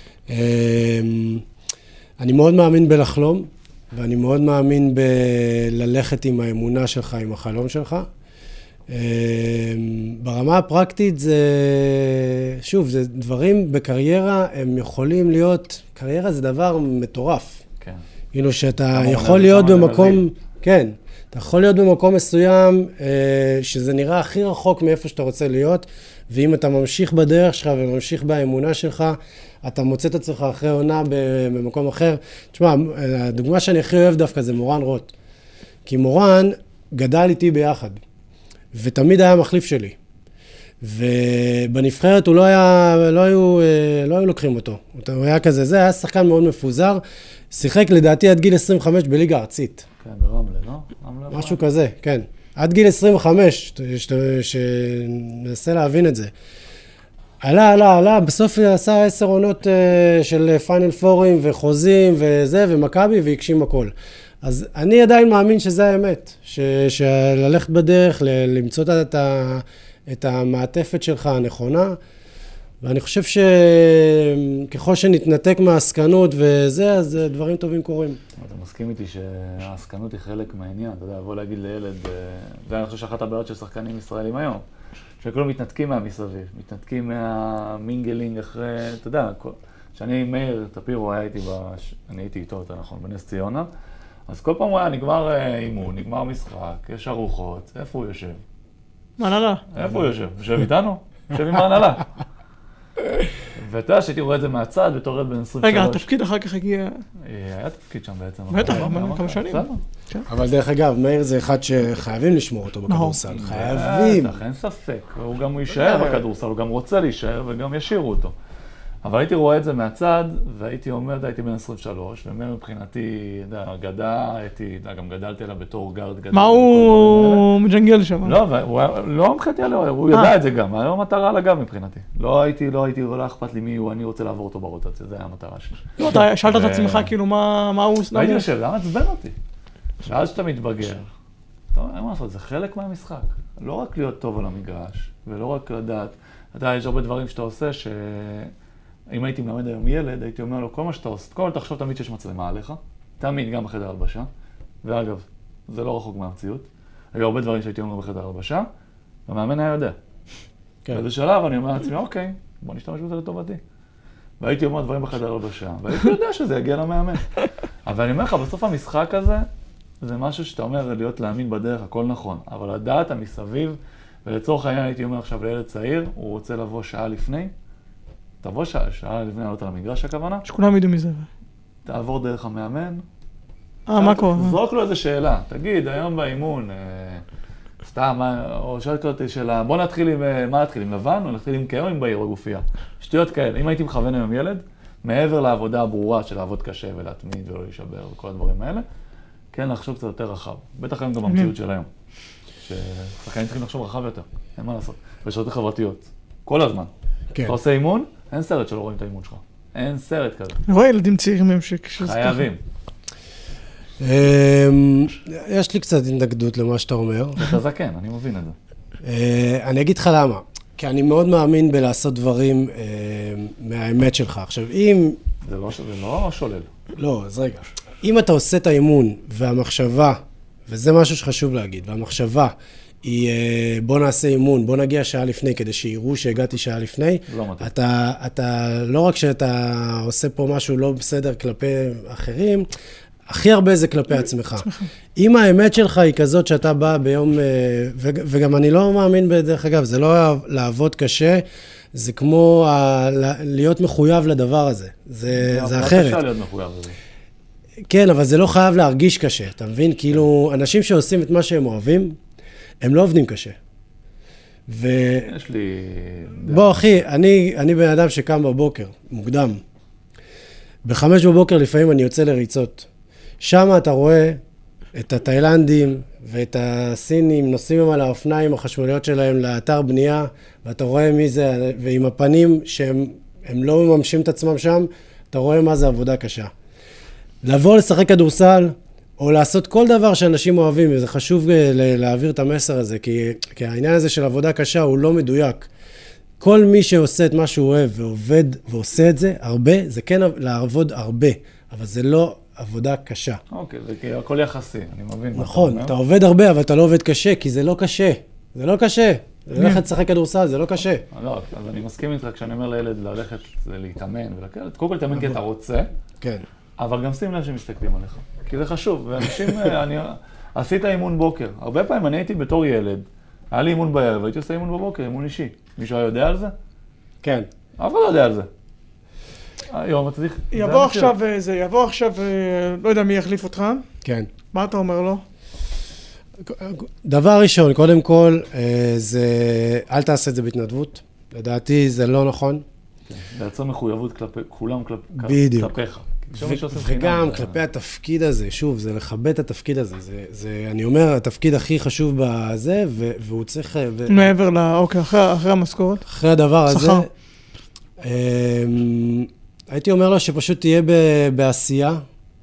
אני מאוד מאמין בלחלום, ואני מאוד מאמין בללכת עם האמונה שלך, עם החלום שלך. ברמה הפרקטית זה, שוב, זה דברים בקריירה, הם יכולים להיות, קריירה זה דבר מטורף. כן. כאילו שאתה יכול להיות במקום, כן, אתה יכול להיות במקום מסוים שזה נראה הכי רחוק מאיפה שאתה רוצה להיות, ואם אתה ממשיך בדרך שלך וממשיך באמונה שלך, אתה מוצא את עצמך אחרי עונה במקום אחר. תשמע, הדוגמה שאני הכי אוהב דווקא זה מורן רוט. כי מורן גדל איתי ביחד, ותמיד היה מחליף שלי. ובנבחרת הוא לא היו לוקחים אותו. הוא היה כזה, זה היה שחקן מאוד מפוזר, שיחק לדעתי עד גיל 25 בליגה ארצית. כן, ברמלה, לא? משהו כזה, כן. עד גיל 25, שננסה להבין את זה. עלה, בסוף עשה 10 עונות של פיינל פורים וחוזים וזה, ומכבי, והגשים הכל. אז אני עדיין מאמין שזה האמת, שללכת בדרך, למצוא את המעטפת שלך הנכונה, ואני חושב שככל שנתנתק מהעסקנות וזה, אז דברים טובים קורים. אתה מסכים איתי שהעסקנות היא חלק מהעניין, אתה יודע, לבוא להגיד לילד, ואני חושב שאחת הבעיות של שחקנים ישראלים היום, שכולם מתנתקים מהמסביב, מתנתקים מהמינגלינג אחרי, אתה יודע, כשאני מאיר טפירו אני הייתי איתו, אתה נכון, בנס ציונה, אז כל פעם הוא היה נגמר אימון, נגמר משחק, יש ארוחות, איפה הוא יושב? מהנהלה. איפה הוא יושב? יושב איתנו? יושב עם ההנהלה. ואתה יודע שהייתי רואה את זה מהצד בתור ילד בן 23. רגע, התפקיד אחר כך הגיע... היה תפקיד שם בעצם. בטח, כמה שנים. אבל דרך אגב, מאיר זה אחד שחייבים לשמור אותו בכדורסל. חייבים. אין ספק. הוא גם יישאר בכדורסל, הוא גם רוצה להישאר וגם ישירו אותו. אבל הייתי רואה את זה מהצד, והייתי אומר, הייתי בן 23, ומאיר מבחינתי, גם גדלתי עליו בתור גארד גדול. מה הוא מג'נגל שם? לא מבחינתי עליו, הוא ידע את זה גם, היה מטרה על הגב מבחינתי. לא אכפת לי מי הוא, אני רוצה לעבור אותו ברוטציה, זה היה המטרה שלי. לא, אתה שאלת את עצמך כאילו מה הוא... והייתי יושב, למה עצבן אותי? ואז שאתה מתבגר, אתה אומר, אין מה לעשות, זה חלק מהמשחק. לא רק להיות טוב על המגרש, ולא רק לדעת, יש הרבה דברים שאתה עושה אם הייתי מלמד היום ילד, הייתי אומר לו, כל מה שאתה עושה, כל תחשוב תמיד שיש מצלמה עליך, תמיד גם בחדר הלבשה, ואגב, זה לא רחוק מהמציאות, היו הרבה דברים שהייתי אומר בחדר הלבשה, והמאמן היה יודע. באיזה שלב אני אומר לעצמי, אוקיי, בוא נשתמש בזה לטובתי. והייתי אומר דברים בחדר הלבשה, והייתי יודע שזה יגיע למאמן. אבל אני אומר לך, בסוף המשחק הזה, זה משהו שאתה אומר, להאמין בדרך, הכל נכון, אבל לדעת המסביב, ולצורך העניין הייתי אומר עכשיו לילד צעיר, הוא רוצה לבוא שעה לפני, תבוא שעה לפני לעלות על המגרש הכוונה. שכולם ידעו מזה. תעבור דרך המאמן. מה קורה? זרוק לו איזו שאלה. תגיד, היום באימון, סתם, או שאלת אותי שאלה, בוא נתחיל עם, מה נתחיל? עם לבן או נתחיל עם כאו עם בהיר בגופייה? שטויות כאלה. אם הייתי מכוון היום ילד, מעבר לעבודה הברורה של לעבוד קשה ולהתמיד ולא להישבר וכל הדברים האלה, כן לחשוב קצת יותר רחב. בטח היום גם במציאות של היום. שחקנים צריכים לחשוב רחב יותר. אין מה לעשות. ושעות חברתיות. כל הזמן. אתה עושה אימון, אין סרט שלא רואים את האימון שלך. אין סרט כזה. אני רואה ילדים צעירים הם חייבים. יש לי קצת התנגדות למה שאתה אומר. אתה זקן, אני מבין את זה. אני אגיד לך למה. כי אני מאוד מאמין בלעשות דברים מהאמת שלך. עכשיו, אם... זה לא שולל. לא, אז רגע. אם אתה עושה את האימון והמחשבה, וזה משהו שחשוב להגיד, והמחשבה היא בוא נעשה אימון, בוא נגיע שעה לפני, כדי שיראו שהגעתי שעה לפני. לא מתאים. אתה לא רק שאתה עושה פה משהו לא בסדר כלפי אחרים, הכי הרבה זה כלפי עצמך. אם האמת שלך היא כזאת שאתה בא ביום, וגם אני לא מאמין בדרך אגב, זה לא לעבוד קשה, זה כמו להיות מחויב לדבר הזה. זה אחרת. קשה להיות מחויב לזה. כן, אבל זה לא חייב להרגיש קשה, אתה מבין? כאילו, אנשים שעושים את מה שהם אוהבים, הם לא עובדים קשה. יש לי... בוא, אחי, אני בן אדם שקם בבוקר, מוקדם. ב5 בבוקר לפעמים אני יוצא לריצות. שם אתה רואה את התאילנדים ואת הסינים נוסעים על האופניים החשמליות שלהם לאתר בנייה, ואתה רואה מי זה, ועם הפנים שהם לא מממשים את עצמם שם, אתה רואה מה זה עבודה קשה. לבוא לשחק כדורסל, או לעשות כל דבר שאנשים אוהבים, וזה חשוב להעביר את המסר הזה, כי העניין הזה של עבודה קשה הוא לא מדויק. כל מי שעושה את מה שהוא אוהב ועובד ועושה את זה הרבה, זה כן לעבוד הרבה, אבל זה לא עבודה קשה. אוקיי, זה כי הכל יחסי, אני מבין. נכון, אתה עובד הרבה, אבל אתה לא עובד קשה, כי זה לא קשה. זה לא קשה. ללכת לשחק כדורסל, זה לא קשה. לא, אז אני מסכים איתך כשאני אומר לילד ללכת להתאמן, קודם כל להתאמן כי אתה רוצה, כן. אבל גם שים לב שמסתכלים עליך. כי זה חשוב, ואנשים, עשית אימון בוקר. הרבה פעמים אני הייתי בתור ילד, היה לי אימון בערב, והייתי עושה אימון בבוקר, אימון אישי. מישהו היה יודע על זה? כן. אף אחד לא יודע על זה. היום אתה צריך... יבוא עכשיו, לא יודע מי יחליף אותך. כן. מה אתה אומר לו? דבר ראשון, קודם כל, זה, אל תעשה את זה בהתנדבות. לדעתי זה לא נכון. לייצר מחויבות כלפי, כולם כלפיך. וגם כלפי התפקיד הזה, שוב, זה לכבד את התפקיד הזה. זה, אני אומר, התפקיד הכי חשוב בזה, והוא צריך... מעבר אוקיי, אחרי המשכורת. אחרי הדבר הזה. הייתי אומר לו שפשוט תהיה בעשייה,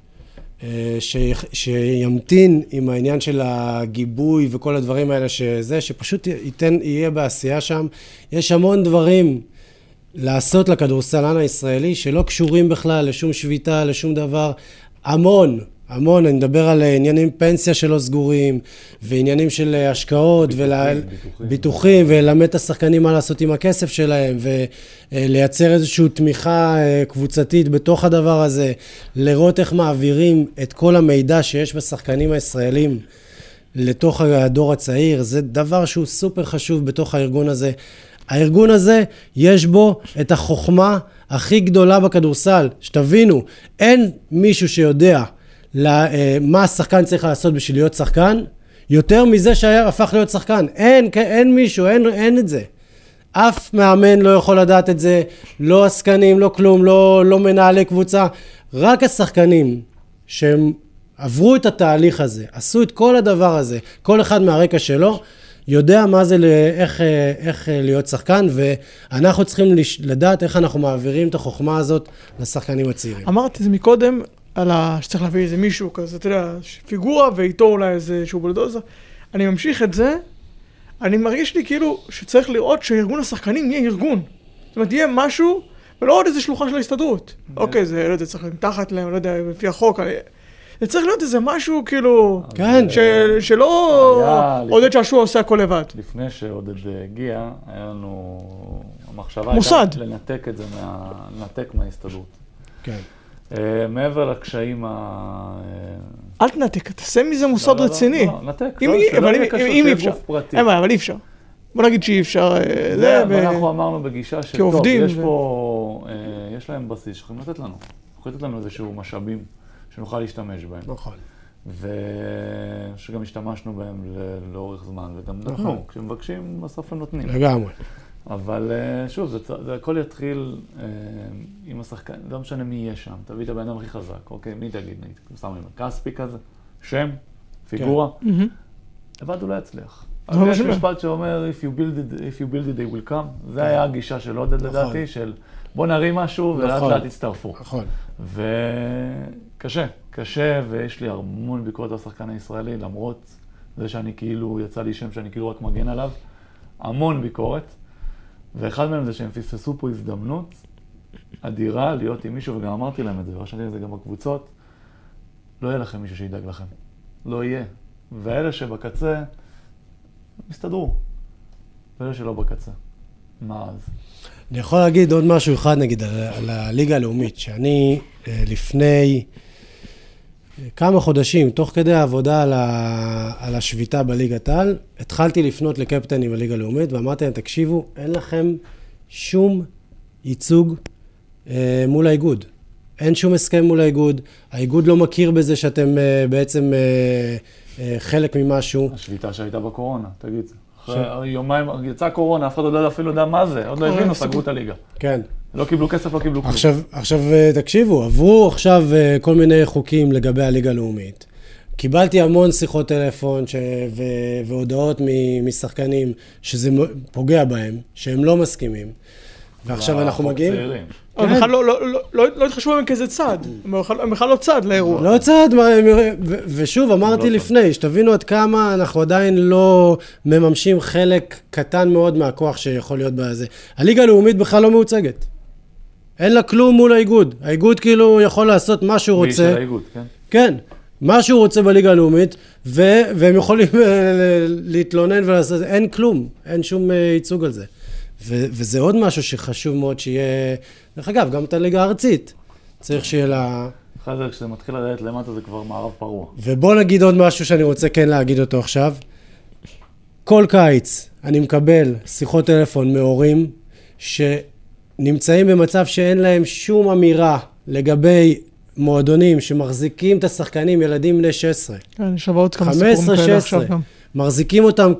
שימתין עם העניין של הגיבוי וכל הדברים האלה שפשוט יהיה בעשייה שם. יש המון דברים לעשות לכדורסלן הישראלי שלא קשורים בכלל לשום שביתה, לשום דבר. המון, אני מדבר על עניינים פנסיה שלא סגורים, ועניינים של השקעות, ביטוחים, ולמד את השחקנים מה לעשות עם הכסף שלהם, ולייצר איזושהי תמיכה קבוצתית בתוך הדבר הזה, לראות איך מעבירים את כל המידע שיש בשחקנים הישראלים לתוך הדור הצעיר. זה דבר שהוא סופר חשוב בתוך הארגון הזה. הארגון הזה, יש בו את החוכמה הכי גדולה בכדורסל. שתבינו, אין מישהו שיודע מה השחקן צריך לעשות בשביל להיות שחקן, יותר מזה שהיה הפך להיות שחקן. אין מישהו, אין את זה. אף מאמן לא יכול לדעת את זה, לא עסקנים, לא כלום, לא מנהלי קבוצה. רק השחקנים שהם עברו את התהליך הזה, עשו את כל הדבר הזה, כל אחד מהרקע שלו, יודע מה זה, איך להיות שחקן, ואנחנו צריכים לדעת איך אנחנו מעבירים את החוכמה הזאת לשחקנים הצעירים. אמרתי זה מקודם, שצריך להביא איזה מישהו כזה, אתה יודע, פיגורה ואיתו אולי איזשהו בולדוזר. אני ממשיך את זה, אני מרגיש לי כאילו שצריך לראות שארגון השחקנים יהיה ארגון. זאת אומרת, יהיה משהו, ולא עוד איזה שלוחה של ההסתדרות. אוקיי, זה, לא יודע, צריך מתחת להם, לא יודע, לפי החוק. זה צריך להיות איזה משהו, כאילו, שלא עודד שעשוע עושה הכל לבד. לפני שעודד הגיע, היה לנו, המחשבה הייתה לנתק את זה, לנתק מההסתדרות. כן. מעבר לקשיים אל תנתק, תעשה מזה מוסד רציני. לא, נתק, אם אי אפשר. אבל אי אפשר. בוא נגיד שאי אפשר. ואנחנו אמרנו בגישה שטוב, יש פה, יש להם בסיס שיכולים לתת לנו. יכולים לתת לנו איזשהו משאבים שנוכל להשתמש בהם. נכון. ושגם השתמשנו בהם לאורך זמן, וגם נתנו. כשמבקשים, בסוף הם נותנים. לגמרי. אבל שוב, זה הכל יתחיל עם השחקן, לא משנה מי יהיה שם, תביא את הבן אדם הכי חזק, אוקיי, מי תגיד, שמו עם כספי כזה, שם, פיגורה, לבד הוא לא יצליח. אבל יש משפט שאומר, if you build it, they will come, זה היה הגישה של עודד לדעתי, של בוא נרים משהו ולאט לאט תצטרפו. נכון. קשה, ויש לי המון ביקורת על השחקן הישראלי, למרות זה שאני כאילו, יצא לי שם שאני כאילו רק מגן עליו, המון ביקורת. ואחד מהם זה שהם פספסו פה הזדמנות אדירה להיות עם מישהו, וגם אמרתי להם את זה, ורשמתי את זה גם בקבוצות, לא יהיה לכם מישהו שידאג לכם. לא יהיה. ואלה שבקצה, מסתדרו. ואלה שלא בקצה. מה אז? אני יכול להגיד עוד משהו אחד, נגיד, על הליגה הלאומית, שאני לפני כמה חודשים, תוך כדי העבודה על השביתה בליגת העל, התחלתי לפנות לקפטנים בליגה הלאומית, ואמרתי להם, תקשיבו, אין לכם שום ייצוג מול האיגוד. אין שום הסכם מול האיגוד, האיגוד לא מכיר בזה שאתם בעצם חלק ממשהו. השביתה שהייתה בקורונה, תגיד. אחרי יומיים, יצאה קורונה, אף אחד עוד לא אפילו יודע מה זה, עוד לא הבינו, סגרו את הליגה. כן. לא קיבלו כסף, לא קיבלו כלום. עכשיו תקשיבו, עברו עכשיו כל מיני חוקים לגבי הליגה הלאומית. קיבלתי המון שיחות טלפון והודעות משחקנים שזה פוגע בהם, שהם לא מסכימים. ועכשיו אנחנו מגיעים. הם בכלל לא התחשבו בהם כאיזה צד. הם בכלל לא צד לאירוע. לא צד, ושוב אמרתי לפני, שתבינו עד כמה אנחנו עדיין לא מממשים חלק קטן מאוד מהכוח שיכול להיות בזה. הליגה הלאומית בכלל לא מיוצגת. אין לה כלום מול האיגוד. האיגוד כאילו יכול לעשות מה שהוא רוצה. של האיגוד, כן. כן, מה שהוא רוצה בליגה הלאומית, והם יכולים להתלונן ולעשות, אין כלום, אין שום ייצוג על זה. וזה עוד משהו שחשוב מאוד שיהיה, דרך אגב, גם את הליגה הארצית, צריך שיהיה לה... אחרי זה, כשזה מתחיל לדעת למטה, זה כבר מערב פרוע. ובוא נגיד עוד משהו שאני רוצה כן להגיד אותו עכשיו. כל קיץ אני מקבל שיחות טלפון מהורים שנמצאים במצב שאין להם שום אמירה לגבי מועדונים שמחזיקים את השחקנים, ילדים בני 16. כן, יש עוד כמה סיפורים כאלה עכשיו גם. מחזיקים אותם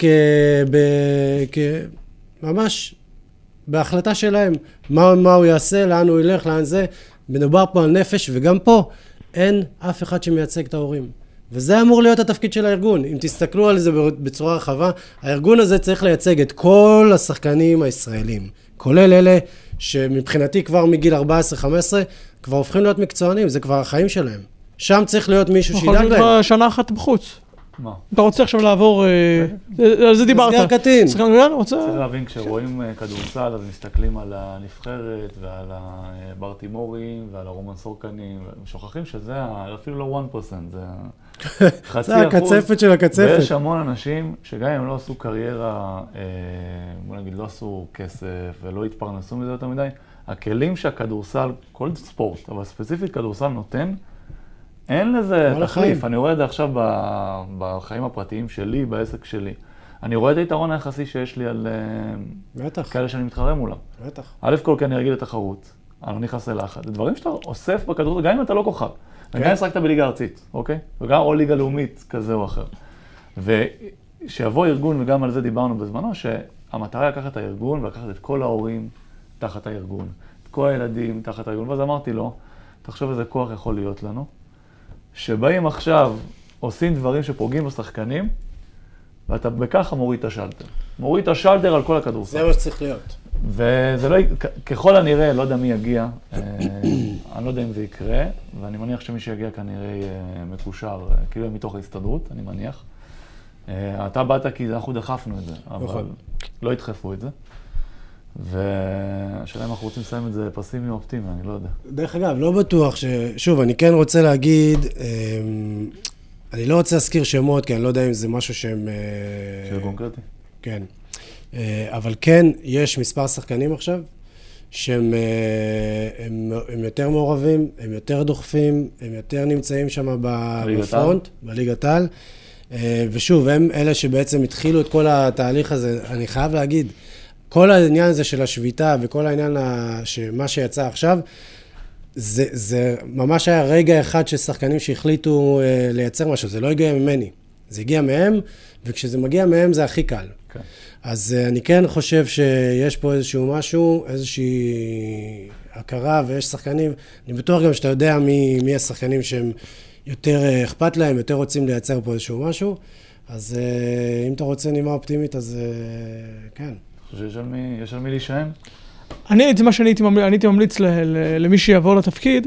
ממש בהחלטה שלהם, מה הוא יעשה, לאן הוא ילך, לאן זה. מדובר פה על נפש, וגם פה אין אף אחד שמייצג את ההורים. וזה אמור להיות התפקיד של הארגון. אם תסתכלו על זה בצורה רחבה, הארגון הזה צריך לייצג את כל השחקנים הישראלים, כולל אלה שמבחינתי כבר מגיל 14-15, כבר הופכים להיות מקצוענים, זה כבר החיים שלהם. שם צריך להיות מישהו שידאג להם. יכול להיות שנה אחת בחוץ. מה? אתה רוצה עכשיו לעבור, על זה דיברת. מסגר קטין. צריך להבין, כשרואים כדורסל, אז מסתכלים על הנבחרת ועל הברטימורים ועל הרומן סורקנים, שוכחים שזה אפילו לא 1%, זה חצי אחוז. זה הקצפת של הקצפת. ויש המון אנשים שגם אם לא עשו קריירה, בוא נגיד, לא עשו כסף ולא התפרנסו מזה יותר מדי, הכלים שהכדורסל, כל ספורט, אבל ספציפית כדורסל נותן, אין לזה תחליף. אני רואה את זה עכשיו בחיים הפרטיים שלי, בעסק שלי. אני רואה את היתרון היחסי שיש לי על כאלה שאני מתחרה מולם. בטח. א' כל כי אני רגיל לתחרות, אני לא נכנס ללחץ. זה דברים שאתה אוסף בכדורגל, גם אם אתה לא כוכב. וגם אם שחקת בליגה ארצית, אוקיי? וגם או ליגה לאומית כזה או אחר. ושיבוא ארגון, וגם על זה דיברנו בזמנו, שהמטרה היא לקחת את הארגון ולקחת את כל ההורים תחת הארגון, את כל הילדים תחת הארגון. ואז אמרתי לו, תחשוב איזה כוח יכול להיות לנו. שבאים עכשיו, עושים דברים שפוגעים בשחקנים, ואתה בככה מוריד את השלטר. מוריד את השלטר על כל הכדורסל. זה מה שצריך להיות. וזה לא, ככל הנראה, לא יודע מי יגיע, אני לא יודע אם זה יקרה, ואני מניח שמי שיגיע כנראה יהיה מקושר, כאילו מתוך ההסתדרות, אני מניח. אתה באת כי אנחנו דחפנו את זה, אבל לא ידחפו את זה. והשאלה אם אנחנו רוצים לסיים את זה פסימי או אופטימי, אני לא יודע. דרך אגב, לא בטוח שוב, אני כן רוצה להגיד, אני לא רוצה להזכיר שמות, כי אני לא יודע אם זה משהו שהם... שזה קונקרטי. כן. אבל כן, יש מספר שחקנים עכשיו, שהם הם יותר מעורבים, הם יותר דוחפים, הם יותר נמצאים שם בפרונט, בליגת העל. ושוב, הם אלה שבעצם התחילו את כל התהליך הזה. אני חייב להגיד, כל העניין הזה של השביתה וכל העניין מה שיצא עכשיו, זה ממש היה רגע אחד של שחקנים שהחליטו לייצר משהו. זה לא הגיע ממני, זה הגיע מהם, וכשזה מגיע מהם זה הכי קל. Okay. אז אני כן חושב שיש פה איזשהו משהו, איזושהי הכרה, ויש שחקנים, אני בטוח גם שאתה יודע מי השחקנים שהם יותר אכפת להם, יותר רוצים לייצר פה איזשהו משהו, אז אם אתה רוצה נימה אופטימית, אז כן. יש על מי להישען? מה שאני הייתי ממליץ למי שיבוא לתפקיד,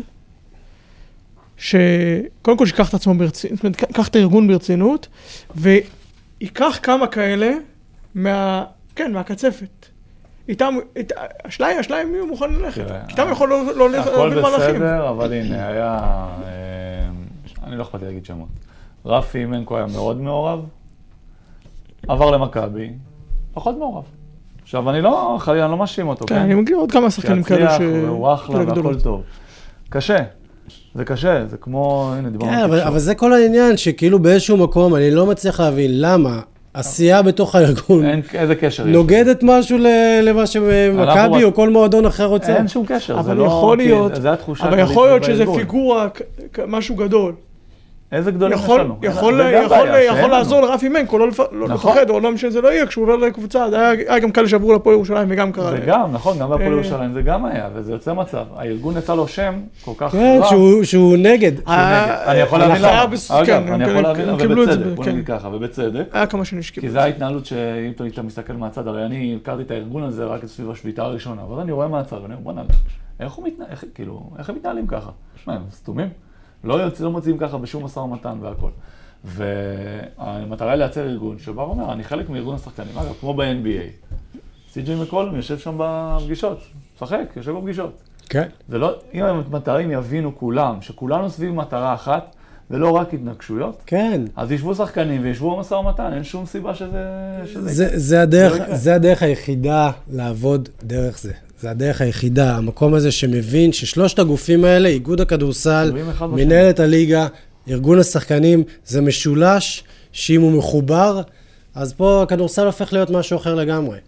שקודם כל שיקח את עצמו ברצינות, זאת אומרת, קח את הארגון ברצינות, ויקח כמה כאלה מהקצפת. השליים יהיו מוכנים ללכת. איתם יכול לא להוביל מהלכים. הכל בסדר, אבל הנה, היה... אני לא אכפת להגיד שמות. רפי מנקו היה מאוד מעורב, עבר למכבי, פחות מעורב. עכשיו, אני לא מאשים אותו, כן? אני מגיע עוד כמה שחקנים כאלו שיצליח, והוא אחלה והכל טוב. קשה. זה קשה, זה כמו, הנה, דיברנו. כן, אבל זה כל העניין, שכאילו באיזשהו מקום, אני לא מצליח להבין למה עשייה בתוך הארגון איזה קשר נוגדת משהו למה שמכבי או כל מועדון אחר רוצה. אין שום קשר, אבל יכול להיות, אבל יכול להיות שזה פיגורה, משהו גדול. איזה גדולים יש לנו. יכול לעזור לרפי מנקו, לא לפחד, או לא משנה זה לא יהיה, כשהוא עובר לקבוצה, היה גם כאלה שעברו לפועל ירושלים וגם קרה. זה גם, נכון, גם בפועל ירושלים זה גם היה, וזה יוצא מצב. הארגון יצא לו שם כל כך רע. כן, שהוא נגד. אני יכול להבין למה. אגב, אני יכול להבין, ובצדק, בוא נגיד ככה, ובצדק. היה כמה שנשקיעו. כי זה ההתנהלות שאם אתה מסתכל מהצד, הרי אני הכרתי את הארגון הזה רק סביב השביתה הראשונה, אבל אני רואה מהצד, ואני אומר, איך הם מתנהלים ככה? מה, הם סתומים? לא מוצאים ככה בשום משא ומתן והכל. והמטרה היא לייצר ארגון שבא ואומר, אני חלק מארגון השחקנים, אגב, כמו ב-NBA. סי.ג'יי מקולום יושב שם בפגישות, שחק, יושב בפגישות. כן. זה לא, אם המטרים יבינו כולם, שכולנו סביב מטרה אחת, ולא רק התנגשויות, כן. אז ישבו שחקנים וישבו במשא ומתן, אין שום סיבה שזה זה הדרך היחידה לעבוד דרך זה. זה הדרך היחידה, המקום הזה שמבין ששלושת הגופים האלה, איגוד הכדורסל, מנהלת הליגה, ארגון השחקנים, זה משולש שאם הוא מחובר, אז פה הכדורסל הופך להיות משהו אחר לגמרי.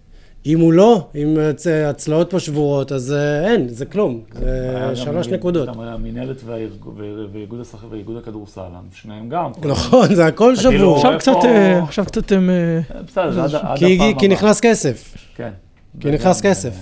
אם הוא לא, אם הצלעות פה שבורות, אז אין, זה כלום. זה 3 נקודות. גם המנהלת ואיגוד השחק ואיגוד הכדורסל, שניהם גם. נכון, זה הכל שבור. עכשיו קצת הם... בסדר, זה עד כי נכנס כסף. כן. כי נכנס כסף.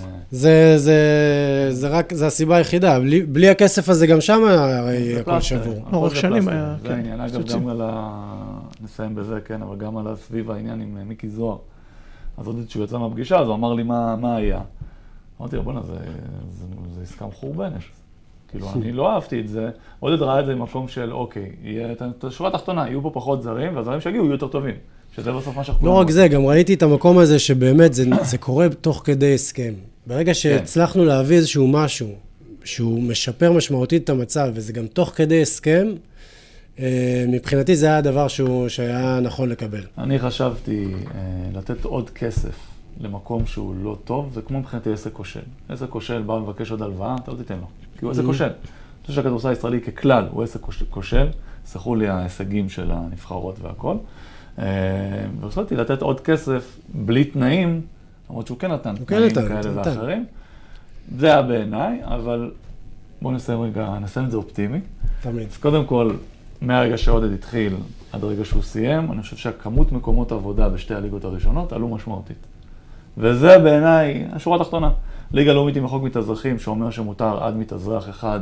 זה הסיבה היחידה. בלי הכסף הזה גם שם הרי הכל שבור. אורך שנים היה... זה העניין. אגב, גם על נסיים בזה, כן, אבל גם על סביב העניין עם מיקי זוהר. אז עוד שהוא יצא מהפגישה, אז הוא אמר לי מה היה. אמרתי לו, בוא'נה, זה עסקה מחורבנת. כאילו, אני לא אהבתי את זה. עודד ראה את זה במקום של, אוקיי, את השורה התחתונה, יהיו פה פחות זרים, והזרים שיגיעו יהיו יותר טובים. שזה בסוף מה שאנחנו... לא רק זה, גם ראיתי את המקום הזה שבאמת זה קורה תוך כדי הסכם. ברגע שהצלחנו להביא איזשהו משהו, שהוא משפר משמעותית את המצב, וזה גם תוך כדי הסכם, מבחינתי זה היה הדבר שהיה נכון לקבל. אני חשבתי לתת עוד כסף למקום שהוא לא טוב, זה כמו מבחינתי עסק כושל. עסק כושל בא ומבקש עוד הלוואה, אתה לא תיתן לו, כי הוא עסק כושל. אני חושב שהכדורסל הישראלי ככלל הוא עסק כושל, סחרו לי ההישגים של הנבחרות והכל. ורציתי לתת עוד כסף בלי תנאים, למרות שהוא כן נתן תנאים כאלה ואחרים. זה היה בעיניי, אבל בואו נסיים את זה אופטימי. תמיד. אז קודם כל, מהרגע שעודד התחיל עד הרגע שהוא סיים, אני חושב שהכמות מקומות עבודה בשתי הליגות הראשונות עלו משמעותית. וזה בעיניי השורה התחתונה. ליגה לאומית עם החוק מתאזרחים, שאומר שמותר עד מתאזרח אחד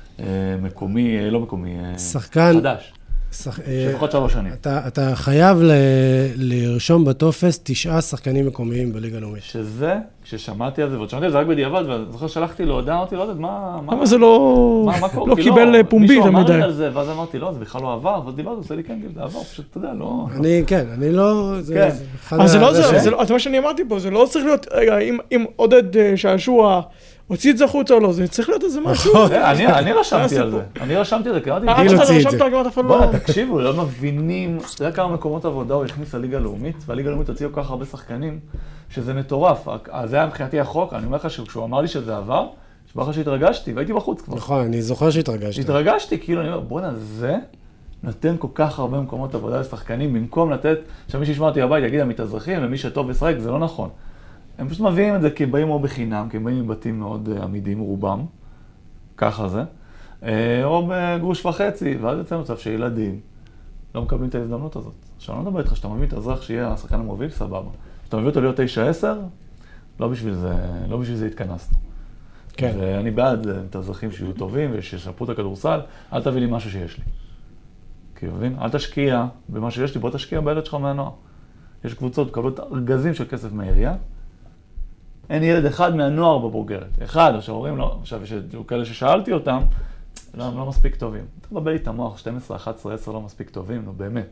מקומי, לא מקומי, שחקן, חדש. לפחות 3 שנים. אתה חייב לרשום בטופס 9 שחקנים מקומיים בליגה לאומית. שזה, כששמעתי על זה, ועוד שמעתי על זה רק בדיעבד, ואני זוכר שלחתי לו הודעה, אמרתי, לא יודעת, למה זה לא קיבל פומבי מישהו תמיד. אמר לי על זה, ואז אמרתי, לא, זה בכלל לא עבר, ואז דיברתי, עושה לי כן, זה עבר, פשוט, אתה יודע, לא... אני לא... אז זה לא זה, מה שאני אמרתי פה, זה לא צריך להיות, רגע, אם עודד שעשוע הוציא את זה חוצה או לא, זה צריך להיות איזה משהו. אני רשמתי על זה, כי אמרתי, בוא'נה, תקשיבו, לא מבינים, אתה יודע כמה מקומות עבודה הוא הכניס לליגה הלאומית, והליגה הלאומית הוציאו כך הרבה שחקנים, שזה מטורף. אז זה היה מבחינתי החוק, אני אומר לך שכשהוא אמר לי שזה עבר, שבא לך שהתרגשתי, והייתי בחוץ כבר. נכון, אני זוכר שהתרגשתי. התרגשתי, כאילו, אני אומר, בוא'נה, זה נותן כל כך הרבה מקומות עבודה לשחקנים, במקום לתת, שמי שישמע אותי הבית יגיד, הם מתאזרחים, ומי שטוב ישחק, זה לא נכון. הם פשוט מביאים את זה כי באים או בחינם, כי הם באים מבתים מאוד עמידים, רובם, ככה זה, או בגרוש וחצי, ואז יוצא מצב שילדים לא מקבלים את ההזדמנות הזאת. עכשיו, אני לא מדבר איתך שאתה מביא את האזרח שיהיה השחקן המוביל, סבבה. שאתה מביא אותו להיות 9-10, לא בשביל זה התכנסנו. כן. ואני בעד את האזרחים שיהיו טובים ושישפרו את הכדורסל, אל תביא לי משהו שיש לי. כי מבין? אל תשקיע במה שיש לי, בוא תשקיע בילד שלך מהנוער. יש קבוצות, מקבלות ארגזים של כסף מהעירייה. אין ילד אחד מהנוער בבוגרת. אחד, או שההורים לא, עכשיו יש כאלה ששאלתי אותם, הם לא מספיק טובים. אתה מבלבל לי את המוח, 12, 11, 10 לא מספיק טובים, נו באמת.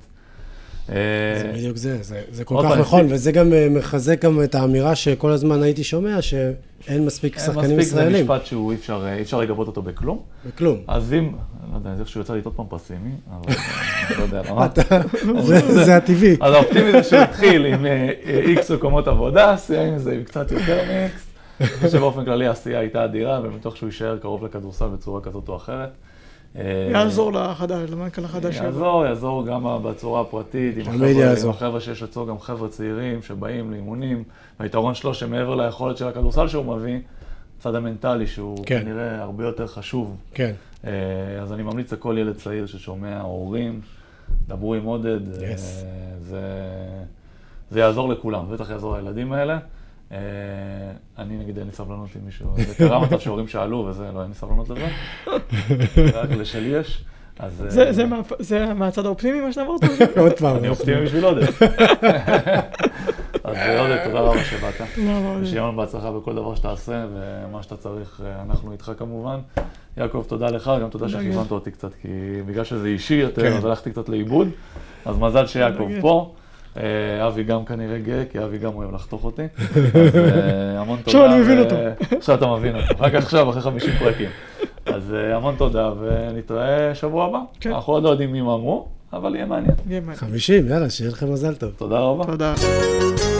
זה בדיוק זה כל כך נכון, וזה גם מחזק גם את האמירה שכל הזמן הייתי שומע, שאין מספיק שחקנים ישראלים. זה משפט שהוא אי אפשר לגבות אותו בכלום. בכלום. אז אם, לא יודע, אני חושב שהוא יצא לי עוד פעם פסימי, אבל אני לא יודע למה. זה הטבעי. אז האופטימי זה שהוא התחיל עם איקס מקומות עבודה, סיים עם זה עם קצת יותר מאיקס. אני חושב שבאופן כללי העשייה הייתה אדירה, ובתוך שהוא יישאר קרוב לכדורסל בצורה כזאת או אחרת. יעזור לחדש, למנכ"ל החדש. יעזור גם בצורה הפרטית, עם החבר'ה שיש לצור גם חבר'ה צעירים שבאים לאימונים, והיתרון שלו שמעבר ליכולת של הכדורסל שהוא מביא, הצד המנטלי שהוא כנראה הרבה יותר חשוב. כן. אז אני ממליץ לכל ילד צעיר ששומע הורים, דברו עם עודד, זה יעזור לכולם, בטח יעזור לילדים האלה. אני נגיד אין לי סבלנות עם מישהו, זה קרה מצב שהורים שאלו וזה, לא אין לי סבלנות לזה, רק לשלי יש. זה מהצד האופטימי מה שאתה אמרת? עוד פעם. אני אופטימי בשביל עודד. אז עודד, תודה רבה שבאת. שיהיה לנו בהצלחה בכל דבר שתעשה, ומה שאתה צריך, אנחנו איתך כמובן. יעקב, תודה לך, גם תודה שכיוונת אותי קצת, כי בגלל שזה אישי יותר, אז הלכתי קצת לאיבוד, אז מזל שיעקב פה. אבי גם כנראה גאה, כי אבי גם אוהב לחתוך אותי. אז המון תודה. עכשיו אני מבין אותו. עכשיו אתה מבין אותו. רק עכשיו, אחרי 50 פרקים. אז המון תודה, ונתראה שבוע הבא. אנחנו לא יודעים מי אמרו, אבל יהיה מעניין. 50, יאללה, שיהיה לכם מזל טוב. תודה רבה. תודה.